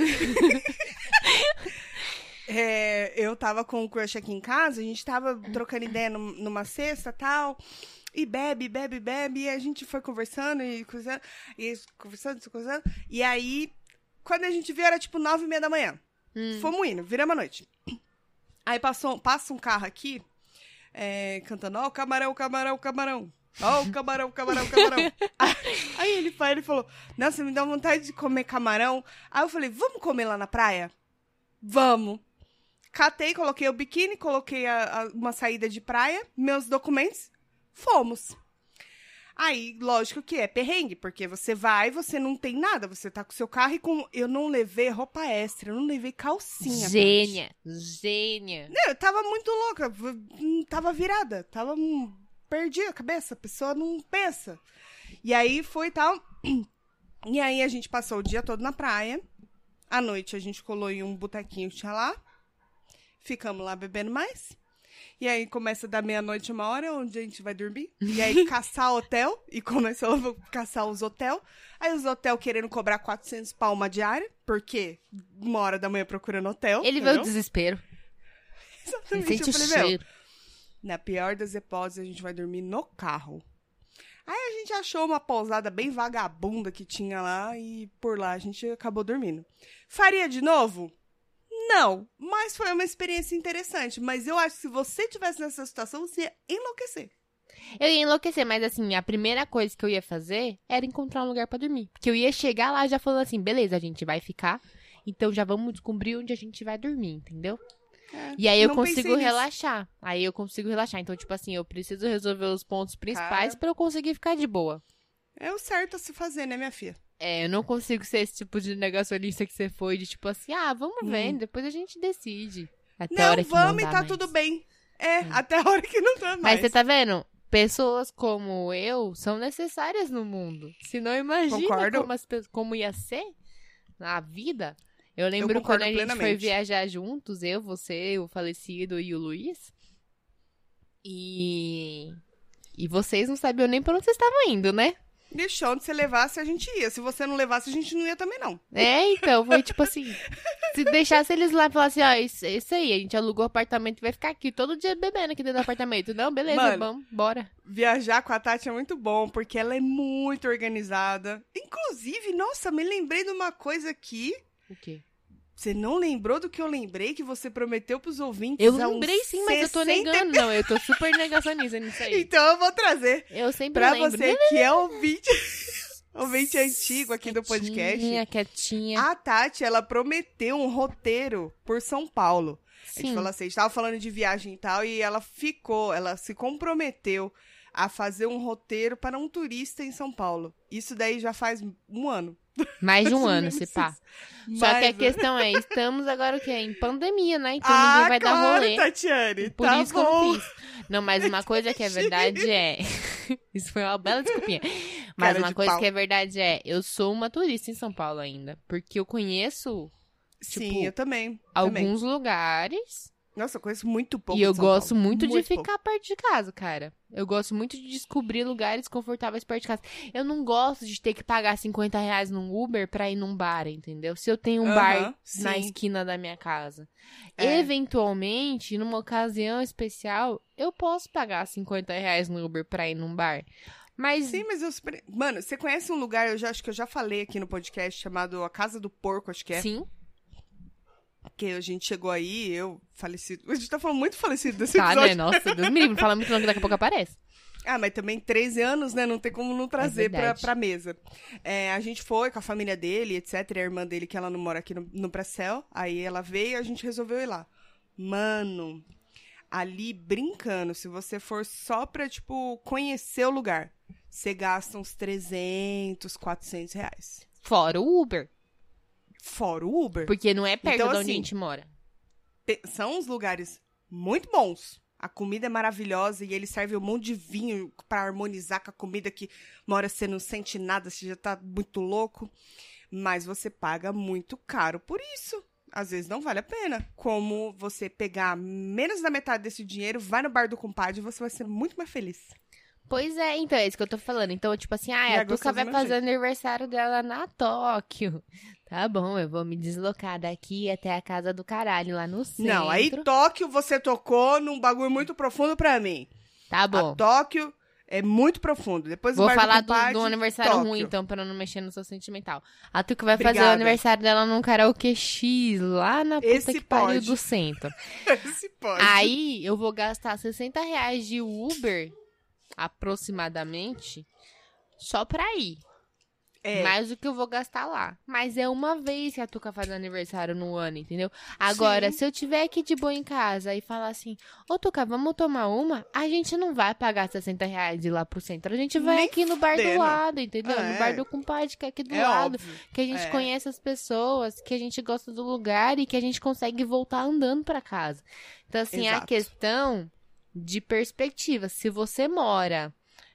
Eu tava com o crush aqui em casa, a gente tava trocando ideia numa sexta e tal, e bebe, e a gente foi conversando e conversando, e aí, quando a gente viu, era tipo 9:30 da manhã. Fomos indo, viramos a noite. Aí passa um carro aqui, cantando, ó, camarão, camarão, camarão. Ó, o camarão, camarão, camarão. Aí ele falou, nossa, me dá vontade de comer camarão. Aí eu falei, vamos comer lá na praia? Vamos. Catei, coloquei o biquíni, coloquei uma saída de praia, meus documentos, fomos. Aí, lógico que é perrengue, porque você vai, você não tem nada, você tá com o seu carro e eu não levei roupa extra, eu não levei calcinha. Gênia. Não, eu tava muito louca, tava virada, perdi a cabeça, a pessoa não pensa. E aí foi e tal. E aí a gente passou o dia todo na praia. À noite a gente colou em um botequinho que tinha lá. Ficamos lá bebendo mais. E aí começa da meia-noite, 1h, onde a gente vai dormir. E aí caçar hotel. E começou a caçar os hotel. Aí os hotel querendo cobrar 400 pau uma diária. Porque 1h da manhã procurando hotel. Ele veio o desespero. Exatamente. Ele sente eu o falei, cheiro. Na pior das hipóteses, a gente vai dormir no carro. Aí a gente achou uma pousada bem vagabunda que tinha lá e por lá a gente acabou dormindo. Faria de novo? Não, mas foi uma experiência interessante. Mas eu acho que se você tivesse nessa situação, você ia enlouquecer. Eu ia enlouquecer, mas assim, a primeira coisa que eu ia fazer era encontrar um lugar pra dormir. Porque eu ia chegar lá já falando assim, beleza, a gente vai ficar, então já vamos descobrir onde a gente vai dormir, entendeu? E aí eu consigo relaxar. Então, tipo assim, eu preciso resolver os pontos principais pra eu conseguir ficar de boa. É o certo a se fazer, né, minha filha? Eu não consigo ser esse tipo de negacionista que você foi, de tipo assim, vamos ver, depois a gente decide. Até a hora que não vamos e tá mais. tudo bem. Até a hora que não dá mais. Mas você tá vendo? Pessoas como eu são necessárias no mundo. Se não, imagina como ia ser na vida. Eu lembro quando a gente foi viajar juntos, eu, você, o falecido e o Luiz. E vocês não sabiam nem pra onde vocês estavam indo, né? Deixou onde você levasse, a gente ia. Se você não levasse, a gente não ia também, não. Então, foi tipo assim, se deixasse eles lá e falasse, isso aí, a gente alugou o apartamento e vai ficar aqui todo dia bebendo aqui dentro do apartamento. Não, beleza, Mano, vamos, bora. Viajar com a Tati é muito bom, porque ela é muito organizada. Inclusive, nossa, me lembrei de uma coisa aqui. O quê? Você não lembrou do que eu lembrei que você prometeu pros ouvintes? Eu lembrei sim, mas eu tô negando. Não, eu tô super negacionista nisso aí. Então eu vou trazer. Eu sempre pra lembro. Você que é ouvinte, ouvinte antigo aqui do podcast. Quietinha. A Tati, ela prometeu um roteiro por São Paulo. Sim. A gente falou assim, a gente tava falando de viagem e tal, e ela se comprometeu a fazer um roteiro para um turista em São Paulo. Isso daí já faz um ano. Mais de um ano, se pá. Só que a questão é, estamos agora o quê? Em pandemia, né? Então ninguém vai dar rolê. Tatiane, por isso que eu não fiz. Não, mas uma coisa que é verdade é... Isso foi uma bela desculpinha. Mas uma coisa que é verdade é, eu sou uma turista em São Paulo ainda. Porque eu conheço, sim, eu também. Alguns lugares. Nossa, eu conheço muito pouco. E eu gosto muito de ficar perto de casa, cara. Eu gosto muito de descobrir lugares confortáveis perto de casa. Eu não gosto de ter que pagar R$50 num Uber pra ir num bar, entendeu? Se eu tenho um bar na esquina da minha casa. Eventualmente, numa ocasião especial, eu posso pagar R$50 no Uber pra ir num bar. Mas... Sim, mas eu... Mano, você conhece um lugar, acho que eu já falei aqui no podcast, chamado A Casa do Porco, acho que é. Sim. Que a gente chegou aí, eu falecido. A gente tá falando muito falecido desse episódio. Tá, né? Nossa, Deus me livre, não fala muito não que daqui a pouco aparece. Mas também 13 anos, né? Não tem como não trazer pra mesa. A gente foi com a família dele, etc. E a irmã dele, que ela não mora aqui no Pracel. Aí ela veio e a gente resolveu ir lá. Mano, ali brincando, se você for só pra, tipo, conhecer o lugar, você gasta uns R$300, R$400. Fora o Uber. Fora o Uber. Porque não é perto então, de onde assim, a gente mora. são uns lugares muito bons. A comida é maravilhosa e ele serve um monte de vinho pra harmonizar com a comida que uma hora você não sente nada, você já tá muito louco. Mas você paga muito caro por isso. Às vezes não vale a pena. Como você pegar menos da metade desse dinheiro, vai no bar do compadre e você vai ser muito mais feliz. Pois é, então, é isso que eu tô falando. Então, tipo assim, a Tuca vai fazer o aniversário dela na Tóquio. Tá bom, eu vou me deslocar daqui até a casa do caralho, lá no centro. Não, aí Tóquio você tocou num bagulho muito profundo pra mim. Tá bom. A Tóquio é muito profundo. Depois vou o bar falar do compadre, do aniversário Tóquio. ruim, então, pra não mexer no seu sentimental. A Tuca vai fazer o Obrigada. aniversário dela num karaokê X, lá na puta Esse que pariu pode. do centro. Esse pode. Aí, eu vou gastar R$60 de Uber, aproximadamente, só pra ir. É. Mais do que eu vou gastar lá. Mas é uma vez que a Tuca faz aniversário no ano, entendeu? Agora, Sim. se eu tiver aqui de boa em casa e falar assim, ô Tuca, vamos tomar uma? A gente não vai pagar R$60 de ir lá pro centro. A gente vai Nem aqui no bar do fudendo. lado, entendeu? É. No bar do compadre, que é aqui do É lado. óbvio. Que a gente É. conhece as pessoas, que a gente gosta do lugar e que a gente consegue voltar andando pra casa. Então, assim, a Exato. questão de perspectiva. Se você mora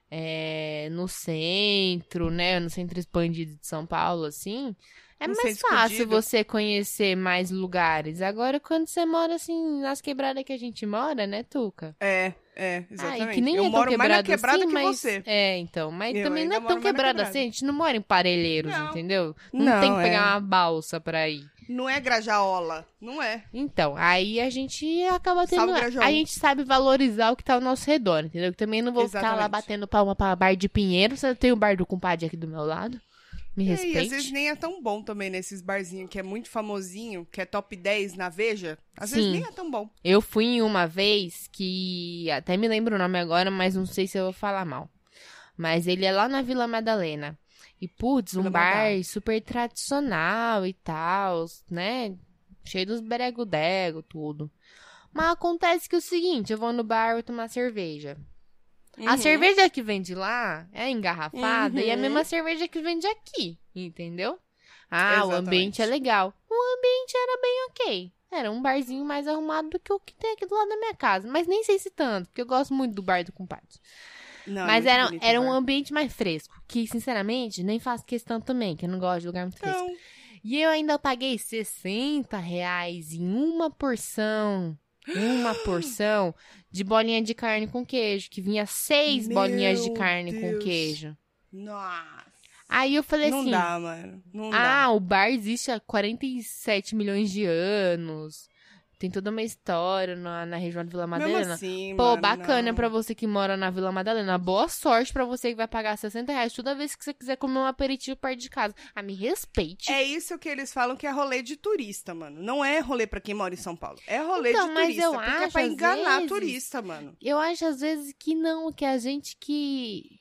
no centro, né? No centro expandido de São Paulo, assim, é No mais centro fácil expandido. você conhecer mais lugares. Agora, quando você mora, assim, nas quebradas que a gente mora, né, Tuca? Exatamente. Ah, e que nem eu é tão moro mais na quebrado quebrada assim, que mas... você. Então, mas Eu também não ainda é tão moro mais na quebrado quebrada. assim, a gente não mora em Parelheiros, Não. entendeu? Não, Não, tem que pegar é. uma balsa pra ir. Não é Grajaola. Não é. Então, aí a gente acaba tendo... Salve, Grajaú. A gente sabe valorizar o que tá ao nosso redor, entendeu? Que também não vou ficar lá Exatamente. batendo palma pra bar de Pinheiro, você tem o bar do compadre aqui do meu lado. Me E às respeite. vezes nem é tão bom também nesses barzinhos que é muito famosinho, que é top 10 na Veja. Às vezes Sim. nem é tão bom. Eu fui em uma vez que... Até me lembro o nome agora, mas não sei se eu vou falar mal. Mas ele é lá na Vila Madalena. E, putz, um Vila bar Madá. super tradicional e tal, né? Cheio dos berego-dego, tudo. Mas acontece que é o seguinte, eu vou no bar, vou tomar cerveja. A Uhum. cerveja que vende lá é engarrafada e é a Uhum. mesma cerveja que vende aqui, entendeu? Ah, o Exatamente. ambiente é legal. O ambiente era bem ok. Era um barzinho mais arrumado do que o que tem aqui do lado da minha casa. Mas nem sei se tanto, porque eu gosto muito do bar do compadre. Não, é Mas muito bonito era o um bar. ambiente mais fresco. Que, sinceramente, nem faço questão também, que eu não gosto de lugar muito fresco. Não. E eu ainda paguei R$60 em uma porção. Uma porção de bolinha de carne com queijo. Que vinha 6 Meu bolinhas de carne com Deus. queijo. Nossa. Aí eu falei Não assim... dá, mano. Não dá. o bar existe há 47 milhões de anos. Tem toda uma história na região da Vila Mesmo Madalena. assim, Pô, mano, bacana não. pra você que mora na Vila Madalena. Boa sorte pra você que vai pagar R$60 toda vez que você quiser comer um aperitivo perto de casa. Ah, me respeite. É isso que eles falam que é rolê de turista, mano. Não é rolê pra quem mora em São Paulo. É rolê Então, de mas turista. eu porque é acho, pra às enganar vezes, turista, mano. Eu acho às vezes que não, que a gente que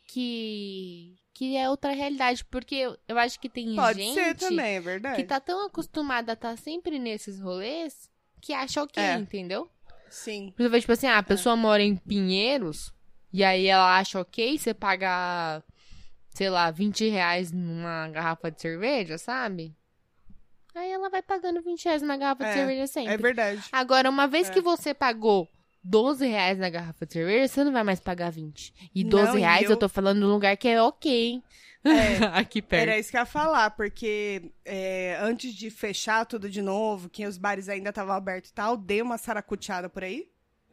é outra realidade. Porque eu acho que tem Pode gente ser também, é verdade. que tá tão acostumada a estar sempre nesses rolês que acha ok, É. entendeu? Sim. Você vê, tipo assim, a pessoa mora em Pinheiros e aí ela acha ok você pagar, sei lá, R$20 numa garrafa de cerveja, sabe? Aí ela vai pagando R$20 na garrafa de cerveja sempre. É verdade. Agora, uma vez É. que você pagou R$12 na garrafa de cerveja, você não vai mais pagar 20. E Não, R$12 e eu tô falando de um lugar que é ok, hein? Aqui perto. Era isso que eu ia falar, porque antes de fechar tudo de novo, que os bares ainda estavam abertos e tal, dei uma saracuteada por aí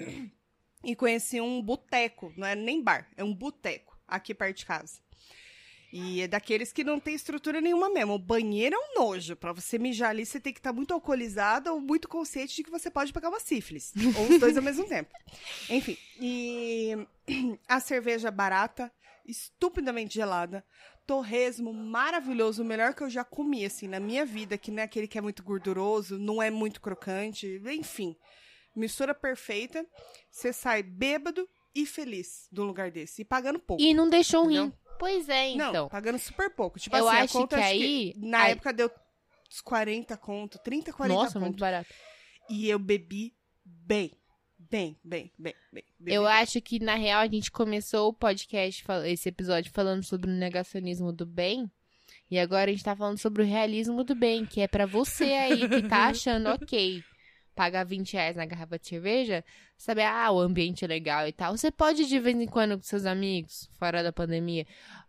e conheci um boteco, não é nem bar, é um boteco aqui perto de casa. E é daqueles que não tem estrutura nenhuma mesmo. O banheiro é um nojo. Pra você mijar ali, você tem que estar muito alcoolizado ou muito consciente de que você pode pegar uma sífilis. Ou os dois ao mesmo tempo. Enfim, e a cerveja barata, estupidamente gelada, torresmo maravilhoso, o melhor que eu já comi, assim, na minha vida, que não é aquele que é muito gorduroso, não é muito crocante, enfim. Mistura perfeita, você sai bêbado e feliz de um lugar desse, e pagando pouco. E não deixou um Entendeu? rim. Pois é, então. Não, pagando super pouco. Tipo Eu assim, acho a conta, que acho aí- na aí- época deu uns 40 conto, 30, 40 Nossa, conto. muito barato. E eu bebi bem. Bem. Bebi Eu bem. acho que, na real, a gente começou o podcast, esse episódio, falando sobre o negacionismo do bem. E agora a gente tá falando sobre o realismo do bem, que é pra você aí que tá achando ok paga R$20 na garrafa de cerveja, sabe, o ambiente é legal e tal. Você pode ir de vez em quando com seus amigos, fora da pandemia,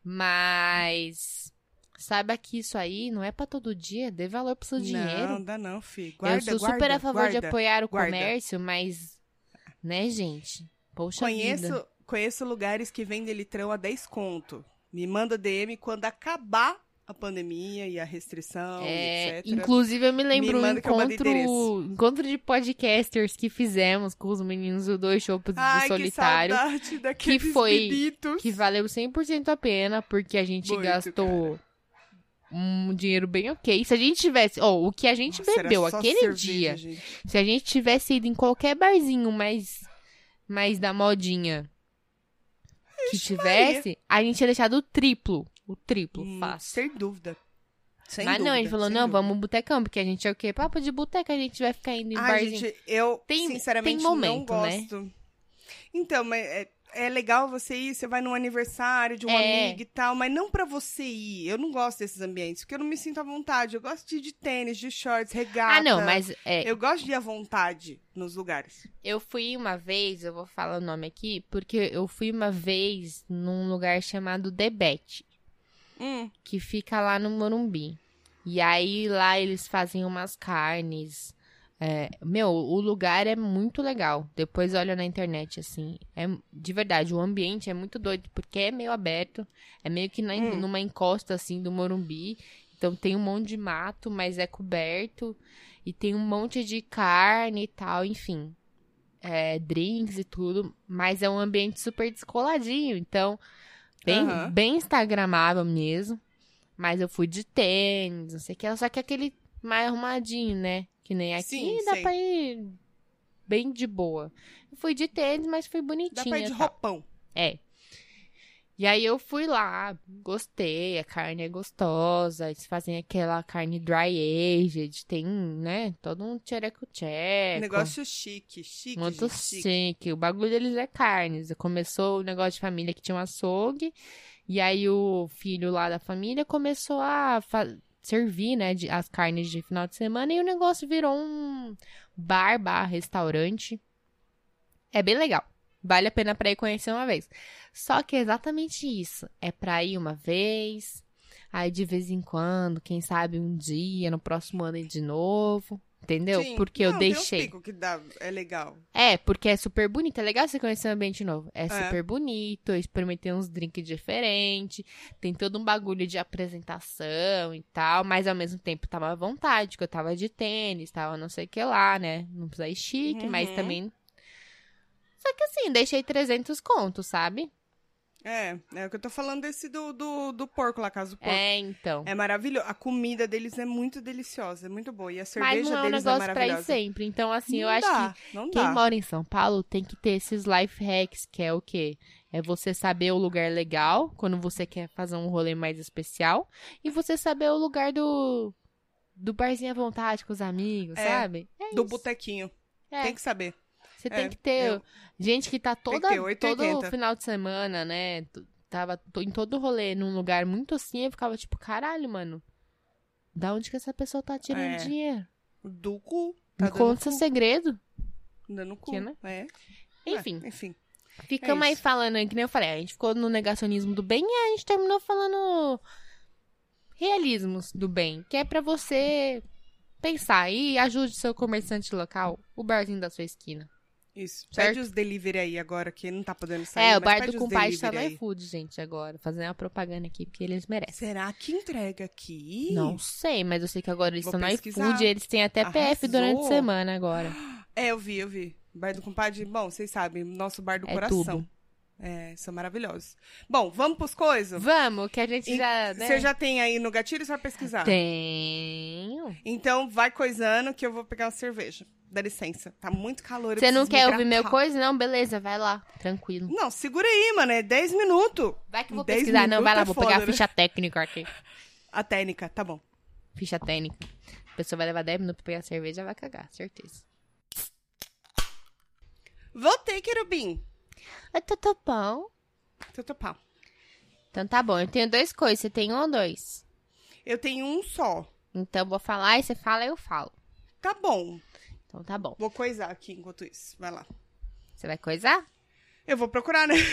mas saiba que isso aí não é pra todo dia, dê valor pro seu dinheiro. Não, dá não, filho. Eu sou super a favor de apoiar o guarda. comércio, mas, né, gente? Poxa vida. Conheço lugares que vendem litrão a 10 conto. Me manda DM quando acabar a pandemia e a restrição, etc. Inclusive, eu me lembro encontro de podcasters que fizemos com os meninos do Dois Chopos do Solitário. Que saudade daqueles bebitos. Que valeu 100% a pena, porque a gente gastou um dinheiro bem ok. Se a gente tivesse... o que a gente bebeu aquele cerveja, dia, gente. Se a gente tivesse ido em qualquer barzinho mais da modinha que tivesse, a gente ia deixado o triplo. O triplo, fácil. Sem dúvida. Mas não, a gente falou, não, vamos botecão, porque a gente é o quê? Papo de boteca, a gente vai ficar indo em barzinho. Gente, eu sinceramente momento, não gosto. Né? Então, mas é legal você ir, você vai num aniversário de um amigo e tal, mas não pra você ir. Eu não gosto desses ambientes, porque eu não me sinto à vontade. Eu gosto de ir de tênis, de shorts, regata. Não, mas... Eu gosto de ir à vontade nos lugares. Eu fui uma vez, eu vou falar o nome aqui, porque eu fui uma vez num lugar chamado The Bet, que fica lá no Morumbi. E aí, lá eles fazem umas carnes... o lugar é muito legal. Depois olha na internet, assim. De verdade, o ambiente é muito doido, porque é meio aberto. É meio que numa encosta, assim, do Morumbi. Então tem um monte de mato, mas é coberto. E tem um monte de carne e tal, enfim. Drinks e tudo. Mas é um ambiente super descoladinho. Então, bem instagramável mesmo. Mas eu fui de tênis, não sei o que. Só que aquele mais arrumadinho, né? Que nem aqui, sim, dá pra ir bem de boa. Eu fui de tênis, mas fui bonitinha. Dá pra ir de roupão. E aí eu fui lá, gostei, a carne é gostosa, eles fazem aquela carne dry aged, tem, né, todo um tchereco-tcheco. Negócio chique. Muito chique. O bagulho deles é carnes. Começou o negócio de família que tinha um açougue, e aí o filho lá da família começou a servir, né, as carnes de final de semana, e o negócio virou um restaurante. É bem legal. Vale a pena pra ir conhecer uma vez. Só que é exatamente isso. É pra ir uma vez, aí de vez em quando, quem sabe um dia, no próximo ano ir de novo. Entendeu? Sim. Porque eu deixei. Tem um pico que dá, é legal. Porque é super bonito. É legal você conhecer um ambiente novo. É super bonito. Eu experimentei uns drinks diferentes. Tem todo um bagulho de apresentação e tal. Mas ao mesmo tempo tava à vontade, que eu tava de tênis, tava não sei o que lá, né? Não precisa ir chique, mas também. Só que assim, deixei 300 contos, sabe? É o que eu tô falando desse do porco lá, casa do porco. Então. É maravilhoso. A comida deles é muito deliciosa, é muito boa. E a cerveja deles é maravilhosa. Mas não é um negócio pra ir sempre. Então, assim, eu acho que quem mora em São Paulo tem que ter esses life hacks, que é o quê? É você saber o lugar legal, quando você quer fazer um rolê mais especial. E você saber o lugar do barzinho à vontade com os amigos, sabe? Do botequinho. Tem que saber. Você tem que ter gente que tá todo final de semana, né? Tava em todo rolê, num lugar muito assim, eu ficava tipo, caralho, mano. Da onde que essa pessoa tá tirando dinheiro? Do cu. Me conta seu segredo. Dando cu, né? Enfim. Ficamos aí falando, que nem eu falei, a gente ficou no negacionismo do bem e a gente terminou falando realismos do bem, que é pra você pensar e ajude seu comerciante local, o barzinho da sua esquina. Isso. Certo? Pede os delivery aí agora, que não tá podendo sair. O bar do compadre tá no iFood, gente, agora. Fazendo uma propaganda aqui, porque eles merecem. Será que entrega aqui? Não sei, mas eu sei que agora eles estão no iFood e eles têm até PF durante a semana agora. Eu vi. Bar do compadre, bom, vocês sabem, nosso bar do coração. Tudo. São maravilhosos. Bom, vamos pros coisas? Vamos, que a gente já... Você já tem aí no gatilho, você vai pesquisar? Tenho. Então, vai coisando que eu vou pegar uma cerveja. Dá licença. Tá muito calor. Você não quer ouvir meu coisa? Não, beleza, vai lá. Tranquilo. Não, segura aí, mano. É 10 minutos. Vai que eu vou pesquisar. Não, vai lá, vou pegar a ficha técnica aqui. A técnica, tá bom. Ficha técnica. A pessoa vai levar 10 minutos pra pegar a cerveja e vai cagar, certeza. Voltei, querubim. Tô bom. Tô pau. Então tá bom. Eu tenho 2 coisas. Você tem 1 ou 2? Eu tenho um só. Então eu vou falar e você fala e eu falo. Tá bom. Então tá bom. Vou coisar aqui enquanto isso. Vai lá. Você vai coisar? Eu vou procurar, né?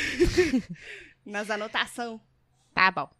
Nas anotações. Tá bom.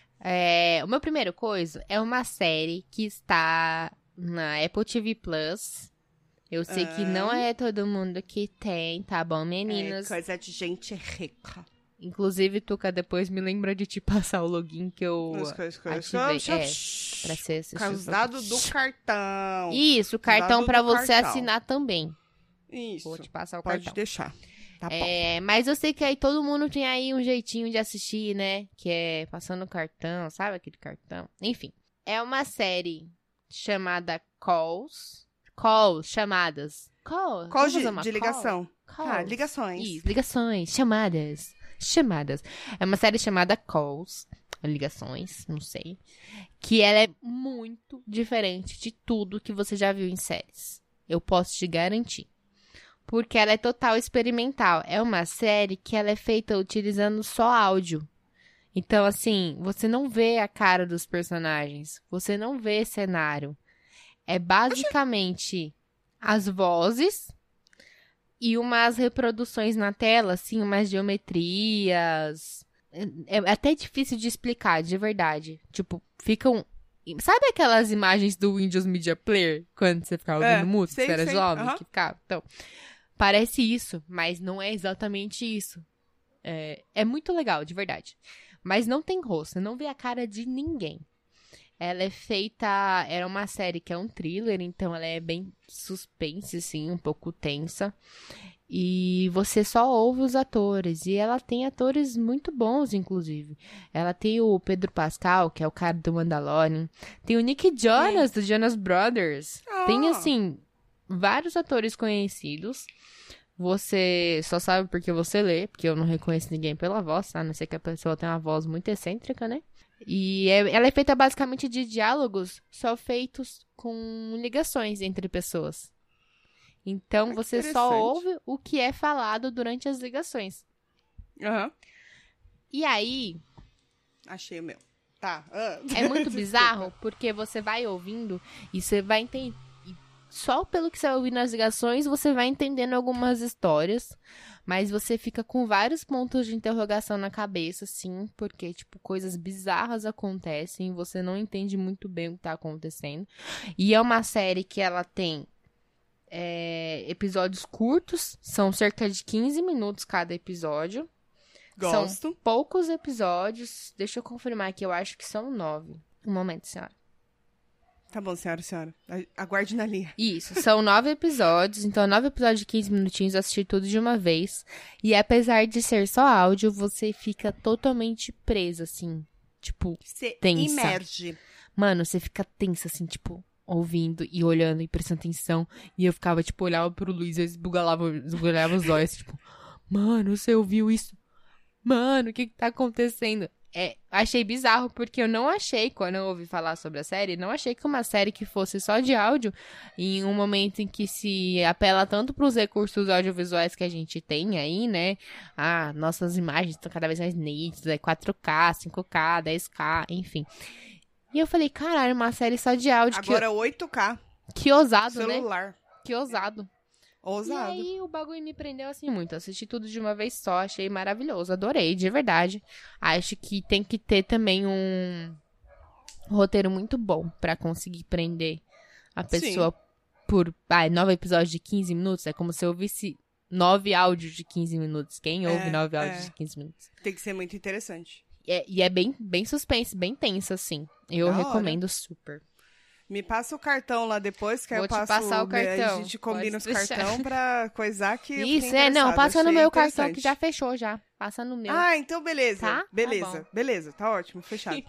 O meu primeiro coisa é uma série que está na Apple TV Plus. Eu sei que não é todo mundo que tem, tá bom, meninas? Coisa de gente rica. Inclusive, Tuca, depois me lembra de te passar o login que eu ativei. Pra ser assistido. Causado do cartão. Isso, o cartão pra você assinar também. Isso. Vou te passar o Pode cartão. deixar. Tá bom. Mas eu sei que aí todo mundo tem aí um jeitinho de assistir, né? Que é passando o cartão, sabe aquele cartão? Enfim, é uma série chamada Calls, chamadas. Calls de ligação. Calls. Ligações. Isso, ligações, chamadas. É uma série chamada Calls, ligações, não sei. Que ela é muito diferente de tudo que você já viu em séries. Eu posso te garantir. Porque ela é total experimental. É uma série que ela é feita utilizando só áudio. Então, assim, você não vê a cara dos personagens. Você não vê cenário. É basicamente as vozes e umas reproduções na tela, assim, umas geometrias. É até difícil de explicar, de verdade. Tipo, ficam... Sabe aquelas imagens do Windows Media Player? Quando você ficava ouvindo música, você era jovem? Que ficava? Então, parece isso, mas não é exatamente isso. É muito legal, de verdade. Mas não tem rosto, você não vê a cara de ninguém. Ela é feita... Era uma série que é um thriller, então ela é bem suspense, assim, um pouco tensa. E você só ouve os atores. E ela tem atores muito bons, inclusive. Ela tem o Pedro Pascal, que é o cara do Mandalorian. Tem o Nick Jonas, do Jonas Brothers. Tem, assim, vários atores conhecidos. Você só sabe porque você lê, porque eu não reconheço ninguém pela voz, a não ser que a pessoa tenha uma voz muito excêntrica, né? E ela é feita basicamente de diálogos só feitos com ligações entre pessoas. Então, você só ouve o que é falado durante as ligações. E aí... Achei o meu. Tá. É muito bizarro, porque você vai ouvindo e você vai entender... Só pelo que você vai ouvir nas ligações, você vai entendendo algumas histórias. Mas você fica com vários pontos de interrogação na cabeça, assim. Porque, tipo, coisas bizarras acontecem. Você não entende muito bem o que tá acontecendo. E é uma série que ela tem episódios curtos. São cerca de 15 minutos cada episódio. Gosto. São poucos episódios. Deixa eu confirmar aqui, eu acho que são 9. Um momento, senhora. Tá bom, senhora. Aguarde na linha. Isso, são 9 episódios. Então, 9 episódios de 15 minutinhos, eu assisti tudo de uma vez. E apesar de ser só áudio, você fica totalmente presa, assim. Tipo, você tensa. Imerge. Mano, você fica tensa, assim, tipo, ouvindo e olhando e prestando atenção. E eu ficava, tipo, olhava pro Luiz e eu esbugalhava os olhos, tipo, mano, você ouviu isso? Mano, o que tá acontecendo? Achei bizarro, porque eu não achei, quando eu ouvi falar sobre a série, não achei que uma série que fosse só de áudio, em um momento em que se apela tanto pros recursos audiovisuais que a gente tem aí, né? Nossas imagens estão cada vez mais nítidas, 4K, 5K, 10K, enfim. E eu falei, caralho, uma série só de áudio. Agora 8K. Que ousado, celular. Né? Que ousado. Ousado. E aí o bagulho me prendeu assim muito. Assisti tudo de uma vez só, achei maravilhoso, adorei, de verdade. Acho que tem que ter também um roteiro muito bom pra conseguir prender a pessoa. Sim. Por 9 episódios de 15 minutos. É como se eu ouvisse 9 áudios de 15 minutos. Quem ouve 9 áudios de 15 minutos? Tem que ser muito interessante. E é bem suspense, bem tenso, assim. Eu recomendo super. Me passa o cartão lá depois, que Vou eu passo te passar o cartão. A gente combina os cartão pra coisar que isso, não, passa no meu cartão que já fechou já. Passa no meu. Então beleza. Tá? Beleza, tá beleza, tá ótimo, fechado.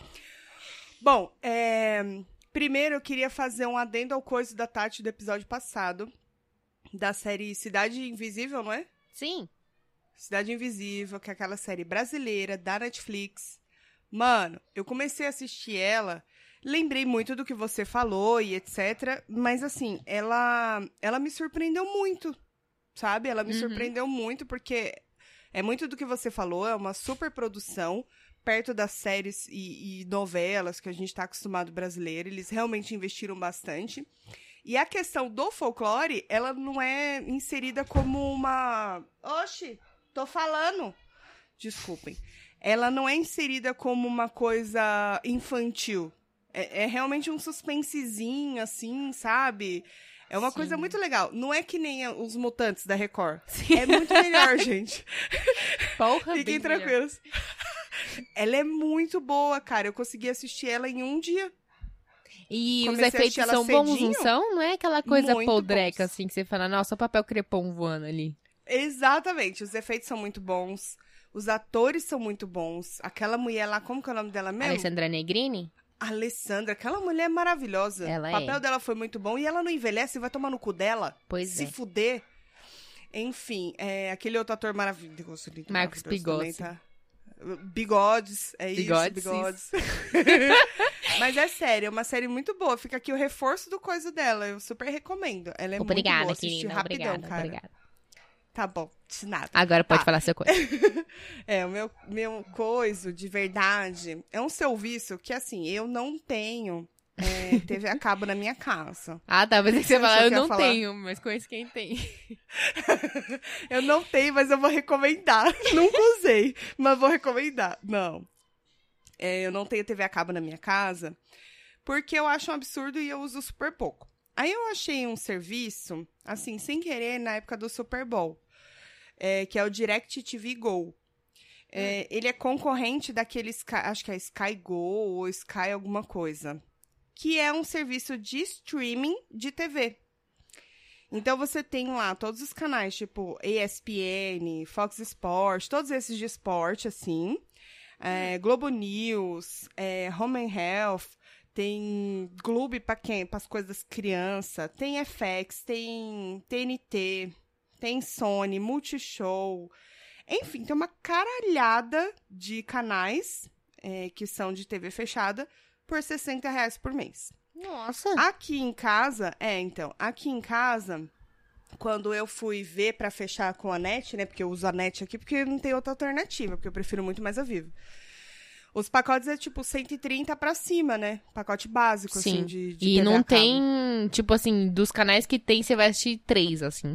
Bom, primeiro eu queria fazer um adendo ao coisa da Tati do episódio passado, da série Cidade Invisível, não é? Sim. Cidade Invisível, que é aquela série brasileira da Netflix. Mano, eu comecei a assistir ela... Lembrei muito do que você falou e etc. Mas, assim, ela me surpreendeu muito, sabe? Ela me surpreendeu muito porque é muito do que você falou. É uma super produção perto das séries e novelas que a gente tá acostumado brasileiro. Eles realmente investiram bastante. E a questão do folclore, ela não é inserida como uma... Oxi, tô falando. Desculpem. Ela não é inserida como uma coisa infantil. É realmente um suspensezinho, assim, sabe? É uma coisa muito legal. Não é que nem os Mutantes da Record. Sim. É muito melhor, gente. Porra, Fiquem tranquilos. Ela é muito boa, cara. Eu consegui assistir ela em um dia. E Comecei os efeitos são bons, não são? Não é aquela coisa Muito podreca, bons. assim, que você fala, nossa, o papel crepom voando ali. Exatamente. Os efeitos são muito bons. Os atores são muito bons. Aquela mulher lá, como que é o nome dela mesmo? Alessandra Negrini? Alessandra, aquela mulher é maravilhosa. Ela o papel dela foi muito bom. E ela não envelhece, vai tomar no cu dela. Pois se é. fuder. Enfim, aquele outro ator maravilhoso. Marcos Bigode. Tá? Bigodes, Bigodes, isso, Bigodes. Mas é sério, é uma série muito boa. Fica aqui o reforço do coisa dela. Eu super recomendo. Ela é muito boa. Assisti rapidão, obrigada, cara. obrigada. Tá bom, de nada. Agora pode falar seu coisa. O meu coisa, de verdade, é um serviço que, assim, eu não tenho TV a cabo na minha casa. Ah, tá, mas é que você fala, eu não falar? tenho, mas conheço quem tem. Eu não tenho, mas eu vou recomendar. Nunca usei, mas vou recomendar. Não. Eu não tenho TV a cabo na minha casa, porque eu acho um absurdo e eu uso super pouco. Aí eu achei um serviço, assim, sem querer, na época do Super Bowl, que é o DirecTV Go. Ele é concorrente daquele, acho que é Sky Go ou Sky alguma coisa, que é um serviço de streaming de TV. Então, você tem lá todos os canais, tipo ESPN, Fox Sports, todos esses de esporte, assim, Globo News, Home and Health, tem Globo para as coisas das crianças, tem FX, tem TNT, tem Sony, Multishow. Enfim, tem uma caralhada de canais que são de TV fechada por R$60 por mês. Nossa! Aqui em casa, aqui em casa, quando eu fui ver pra fechar com a NET, né, porque eu uso a NET aqui porque não tem outra alternativa, porque eu prefiro muito mais a Vivo. Os pacotes é tipo 130 pra cima, né? Pacote básico, sim. Assim, de e TV não a cabo. tem, tipo assim, dos canais que tem, você vai assistir 3, assim.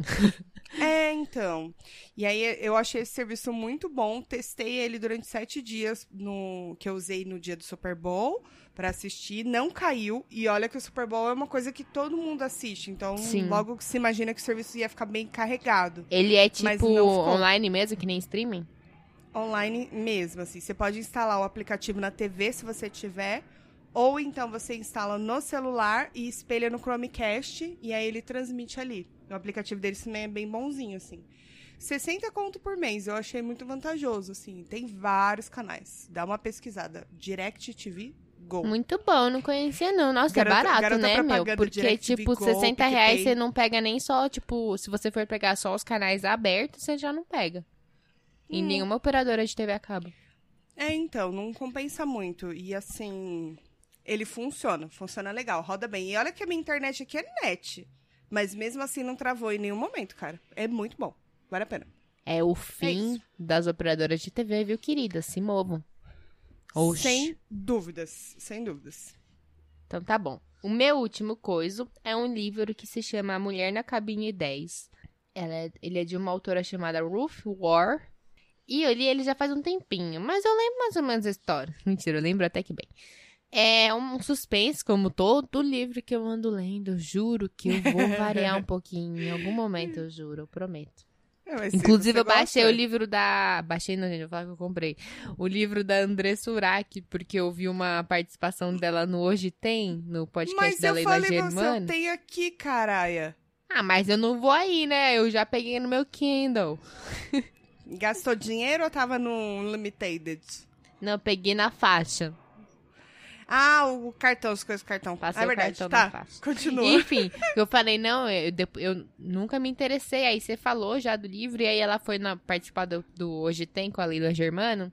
Então. E aí eu achei esse serviço muito bom. Testei ele durante 7 dias que eu usei no dia do Super Bowl pra assistir. Não caiu. E olha que o Super Bowl é uma coisa que todo mundo assiste. Então, Sim. logo se imagina que o serviço ia ficar bem carregado. Ele é Mas tipo não ficou. online mesmo, que nem streaming? Online mesmo, assim. Você pode instalar o aplicativo na TV, se você tiver. Ou então você instala no celular e espelha no Chromecast. E aí ele transmite ali. O aplicativo deles também é bem bonzinho, assim. 60 conto por mês, eu achei muito vantajoso, assim. Tem vários canais. Dá uma pesquisada. DirecTV Go. Muito bom, não conhecia não. Nossa, é barato, né, meu? Porque, DirecTV tipo, Go, R$60 PicPay. você não pega nem só, tipo, se você for pegar só os canais abertos, você já não pega. Em nenhuma operadora de TV a cabo. Então, não compensa muito. E, assim, ele funciona legal, roda bem. E olha que a minha internet aqui é net. Mas mesmo assim não travou em nenhum momento, cara. É muito bom. Vale a pena. É o fim das operadoras de TV, viu, querida? Se movam. Oxi. Sem dúvidas. Sem dúvidas. Então tá bom. O meu último coiso é um livro que se chama A Mulher na Cabine 10. Ele é de uma autora chamada Ruth Ward. E eu li ele já faz um tempinho, mas eu lembro mais ou menos a história. Mentira, eu lembro até que bem. É um suspense, como todo livro que eu ando lendo. Eu juro que eu vou variar um pouquinho. Em algum momento, eu juro, eu prometo. Inclusive, eu baixei o livro da... Baixei, não, gente, eu vou falar que eu comprei. O livro da André Surak, porque eu vi uma participação dela no Hoje Tem, no podcast da Leila Germano. Mas eu falei, você tem aqui, caralho. Ah, mas eu não vou aí, né? Eu já peguei no meu Kindle. Gastou dinheiro ou tava no Unlimited? Não, eu peguei na faixa. Ah, o cartão, as coisas do cartão. Passei é verdade, o cartão tá. na faixa. Continua. Enfim, eu falei, não, eu nunca me interessei. Aí você falou já do livro, e aí ela foi participar do Hoje Tem com a Leila Germano.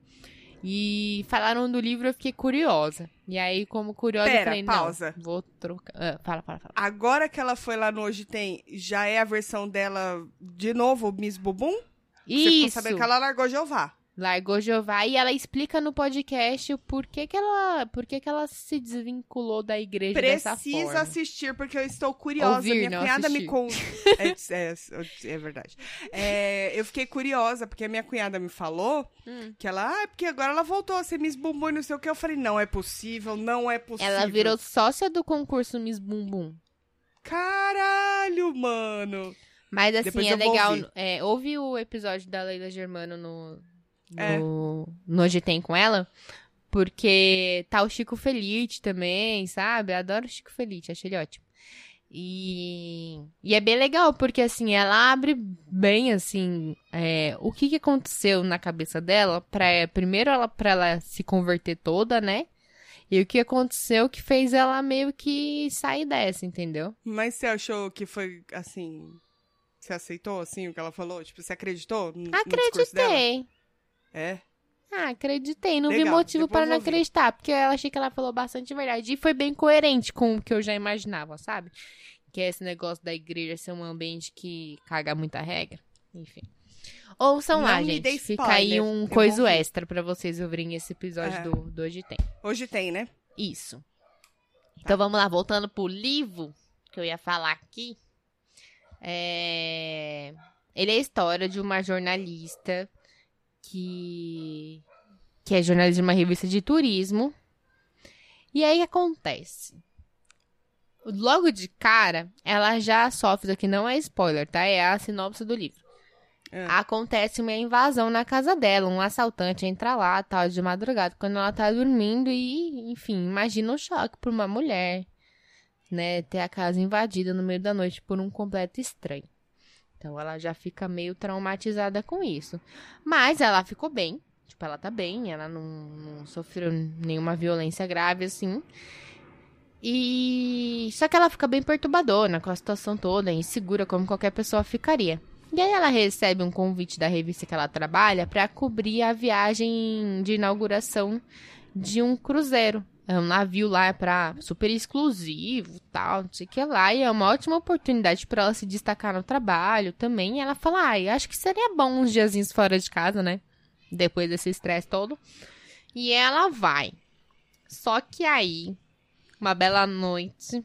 E falaram do livro, eu fiquei curiosa. E aí, como curiosa, eu falei, pausa. Não, vou trocar. Fala. Agora que ela foi lá no Hoje Tem, já é a versão dela de novo, Miss Bumbum? Isso! Você ficou sabendo que ela largou Jeová. Largou Jeová e ela explica no podcast o porquê que ela se desvinculou da igreja dessa forma. Precisa assistir, porque eu estou curiosa. Ouvir, minha cunhada assistir. me contou. É verdade. Eu fiquei curiosa, porque a minha cunhada me falou que ela, porque agora ela voltou a ser Miss Bumbum e não sei o que. Eu falei, não é possível, não é possível. Ela virou sócia do concurso Miss Bumbum. Caralho, mano. Mas assim, Depois é eu vou legal. ouvir. Ouve o episódio da Leila Germano no Hoje Tem com ela, porque tá o Chico Felice também, sabe? Eu adoro o Chico Felice, achei ele ótimo. E é bem legal, porque assim, ela abre bem, assim, o que aconteceu na cabeça dela, primeiro pra ela se converter toda, né? E o que aconteceu que fez ela meio que sair dessa, entendeu? Mas você achou que foi, assim... Você aceitou, assim, o que ela falou? Tipo, você acreditou no discurso dela? Acreditei. É? Acreditei. Não vi Legal, motivo depois para não vou ouvir. acreditar, porque eu achei que ela falou bastante verdade. E foi bem coerente com o que eu já imaginava, sabe? Que é esse negócio da igreja ser um ambiente que caga muita regra. Enfim. Ouçam Não lá, me dê gente. Fica aí spoiler, um eu coisa vou ouvir. extra pra vocês ouvirem esse episódio do Hoje Tem. Hoje tem, né? Isso. Então vamos lá, voltando pro livro que eu ia falar aqui. Ele é a história de uma jornalista que é jornalista de uma revista de turismo. E aí acontece. Logo de cara, ela já sofre, isso aqui não é spoiler, tá? É a sinopse do livro. Acontece uma invasão na casa dela, um assaltante entra lá, tal, de madrugada, quando ela tá dormindo e, enfim, imagina o choque pra uma mulher, né, ter a casa invadida no meio da noite por um completo estranho. Então ela já fica meio traumatizada com isso. Mas ela ficou bem, tipo, ela tá bem, ela não sofreu nenhuma violência grave, assim. Só que ela fica bem perturbadora com a situação toda, insegura, como qualquer pessoa ficaria. E aí ela recebe um convite da revista que ela trabalha para cobrir a viagem de inauguração de um cruzeiro. É um navio lá super exclusivo, tal, não sei o que lá. E é uma ótima oportunidade para ela se destacar no trabalho também. E ela fala, acho que seria bom uns diazinhos fora de casa, né? Depois desse estresse todo. E ela vai. Só que aí, uma bela noite,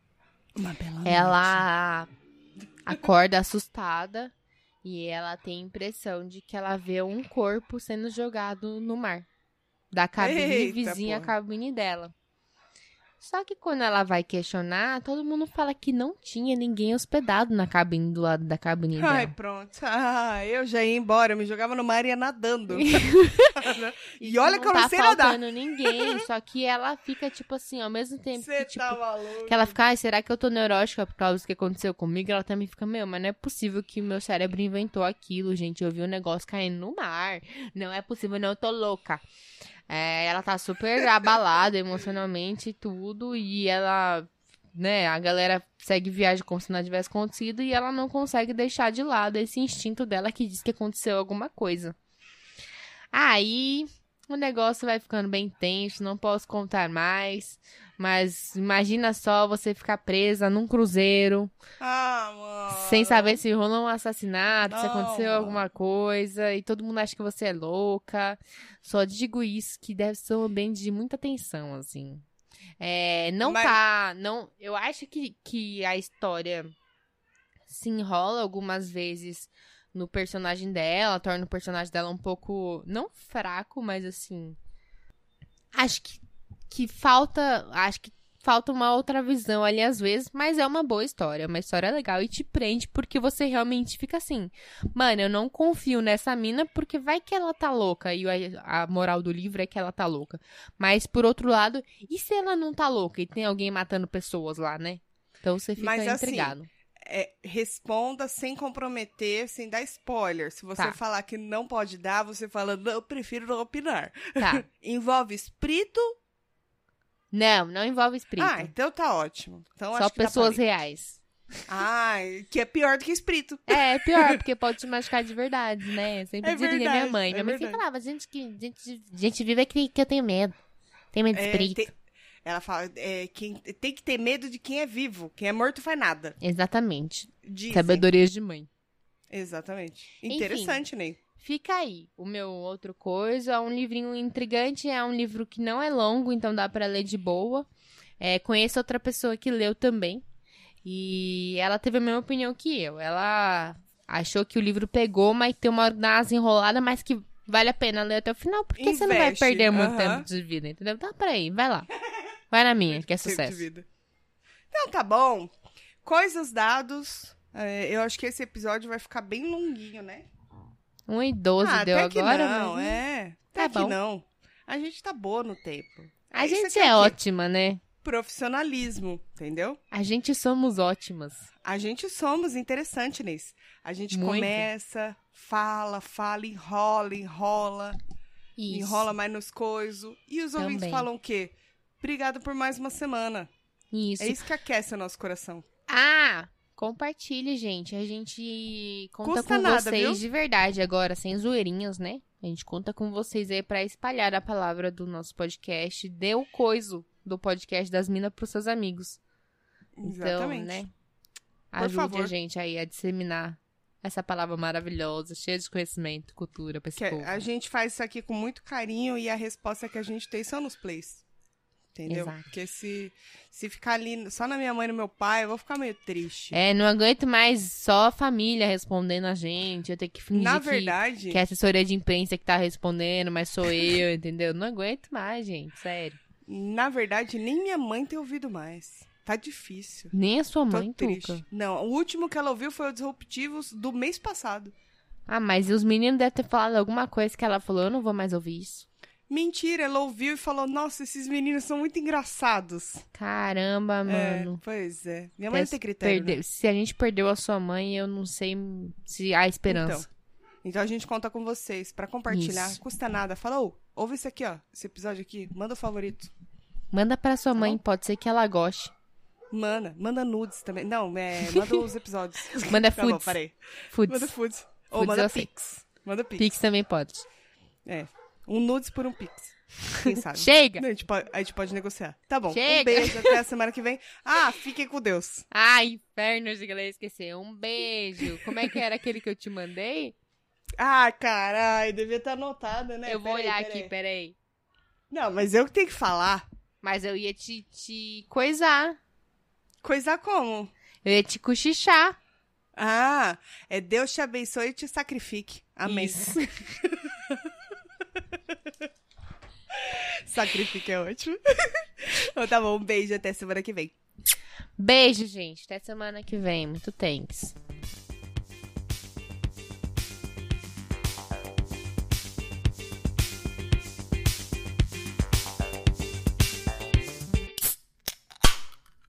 ela acorda assustada e ela tem a impressão de que ela vê um corpo sendo jogado no mar. Da cabine Eita, vizinha à porra. cabine dela. Só que quando ela vai questionar, todo mundo fala que não tinha ninguém hospedado na cabine do lado da cabine Ai, dela. pronto. Eu já ia embora, eu me jogava no mar e ia nadando. E olha que eu não sei tá nadar. faltando ninguém, só que ela fica, tipo assim, ao mesmo tempo Você que, tipo, tá maluco? que ela fica, será que eu tô neurótica por causa do que aconteceu comigo? Ela também fica, mas não é possível que o meu cérebro inventou aquilo, gente. Eu vi um negócio caindo no mar. Não é possível, não, eu tô louca. Ela tá super abalada emocionalmente e tudo, e ela, né, a galera segue viagem como se nada tivesse acontecido, e ela não consegue deixar de lado esse instinto dela que diz que aconteceu alguma coisa. Aí, o negócio vai ficando bem tenso, não posso contar mais, mas imagina só você ficar presa num cruzeiro, Mano. sem saber se rolou um assassinato, se Não, aconteceu mano. alguma coisa, e todo mundo acha que você é louca. Só digo isso, que deve ser um ambiente de muita tensão, assim. Eu acho que a história se enrola algumas vezes no personagem dela, torna o personagem dela um pouco, não fraco, mas assim, acho que falta uma outra visão ali às vezes, mas é uma boa história, é uma história legal e te prende porque você realmente fica assim, mano, eu não confio nessa mina porque vai que ela tá louca, e a moral do livro é que ela tá louca, mas por outro lado, e se ela não tá louca e tem alguém matando pessoas lá, né? Então você fica Mas, intrigado. Assim, responda sem comprometer, sem dar spoiler. Se você Tá. falar que não pode dar, você fala, não, eu prefiro não opinar. Tá. Envolve espírito? Não envolve espírito. Então tá ótimo. Então, Só acho que dá pessoas pra ler. reais. Que é pior do que espírito. É pior, porque pode te machucar de verdade, né? Eu sempre dizia verdade, minha mãe. Minha mãe sempre falava, gente vive é que eu tenho medo. Tenho medo de espírito. Ela fala, quem tem que ter medo de quem é vivo. Quem é morto faz nada. Exatamente. Dizem. Sabedorias de mãe. Exatamente. Enfim. Interessante, Ney. fica aí. O meu outro coisa é um livrinho intrigante, é um livro que não é longo, então dá pra ler de boa. Conheço outra pessoa que leu também. E ela teve a mesma opinião que eu. Ela achou que o livro pegou, mas tem uma nas enrolada, mas que vale a pena ler até o final, porque você não vai perder muito tempo de vida, entendeu? Dá pra ir, vai lá. Vai na minha, que é sucesso. Então tá bom. Coisas dados. Eu acho que esse episódio vai ficar bem longuinho, né? 1:12 deu até que agora, não, mas... Até Tá que bom. não. A gente tá boa no tempo. A Isso gente aqui é o quê? ótima, né? Profissionalismo, entendeu? A gente somos ótimas. A gente somos interessante nisso. A gente Muito. começa, fala, enrola, Isso. enrola mais nos coisos. E os ouvintes Também. falam o quê? Obrigado por mais uma semana. Isso. É isso que aquece o nosso coração. Compartilhe, gente. A gente conta Custa com nada, vocês viu? de verdade agora, sem zoeirinhas, né? A gente conta com vocês aí pra espalhar a palavra do nosso podcast. Dê o coiso do podcast das minas pros seus amigos. Exatamente. Então, né? Por Ajude favor. a gente aí a disseminar essa palavra maravilhosa, cheia de conhecimento, cultura pra esse Que povo. a gente faz isso aqui com muito carinho e a resposta que a gente tem são nos plays. Entendeu? Exato. Porque se ficar ali só na minha mãe e no meu pai, eu vou ficar meio triste. Não aguento mais só a família respondendo a gente. Eu tenho que fingir Na verdade, que é a assessoria de imprensa que tá respondendo, mas sou eu, entendeu? Não aguento mais, gente, sério. na verdade, nem minha mãe tem ouvido mais. Tá difícil. Nem a sua Tô mãe, triste. Tuca. Não, o último que ela ouviu foi o Disruptivos do mês passado. Mas os meninos devem ter falado alguma coisa que ela falou, eu não vou mais ouvir isso. Mentira, ela ouviu e falou, nossa, esses meninos são muito engraçados. Caramba, mano. Pois é. Minha mãe não tem critério, né? Se a gente perdeu a sua mãe, eu não sei se há esperança. Então a gente conta com vocês pra compartilhar. Isso. Custa nada. Fala, ouve isso aqui, ó. Esse episódio aqui. Manda o favorito. Manda pra sua mãe, bom? pode ser que ela goste. Manda nudes também. Não, manda os episódios. Manda Tá bom, foods. parei. Foods. Manda foods. Ou Foods manda eu sei. pix. Manda pix. Pix também pode. Um nudes por um pix. Quem sabe? Chega! A gente pode negociar. Tá bom. Chega! Um beijo. Até a semana que vem. Fiquem com Deus. Inferno de galera, esqueci. Um beijo. Como é que era aquele que eu te mandei? Caralho. Devia estar anotado, né? Eu vou Peraí, olhar peraí. aqui, peraí. Não, mas eu que tenho que falar. Mas eu ia te coisar. Coisa como? Eu ia te cochichar. Deus te abençoe e te sacrifique. Amém. Isso. Sacrifique é ótimo. Então tá bom, um beijo até semana que vem. Beijo, gente. Até semana que vem. Muito thanks.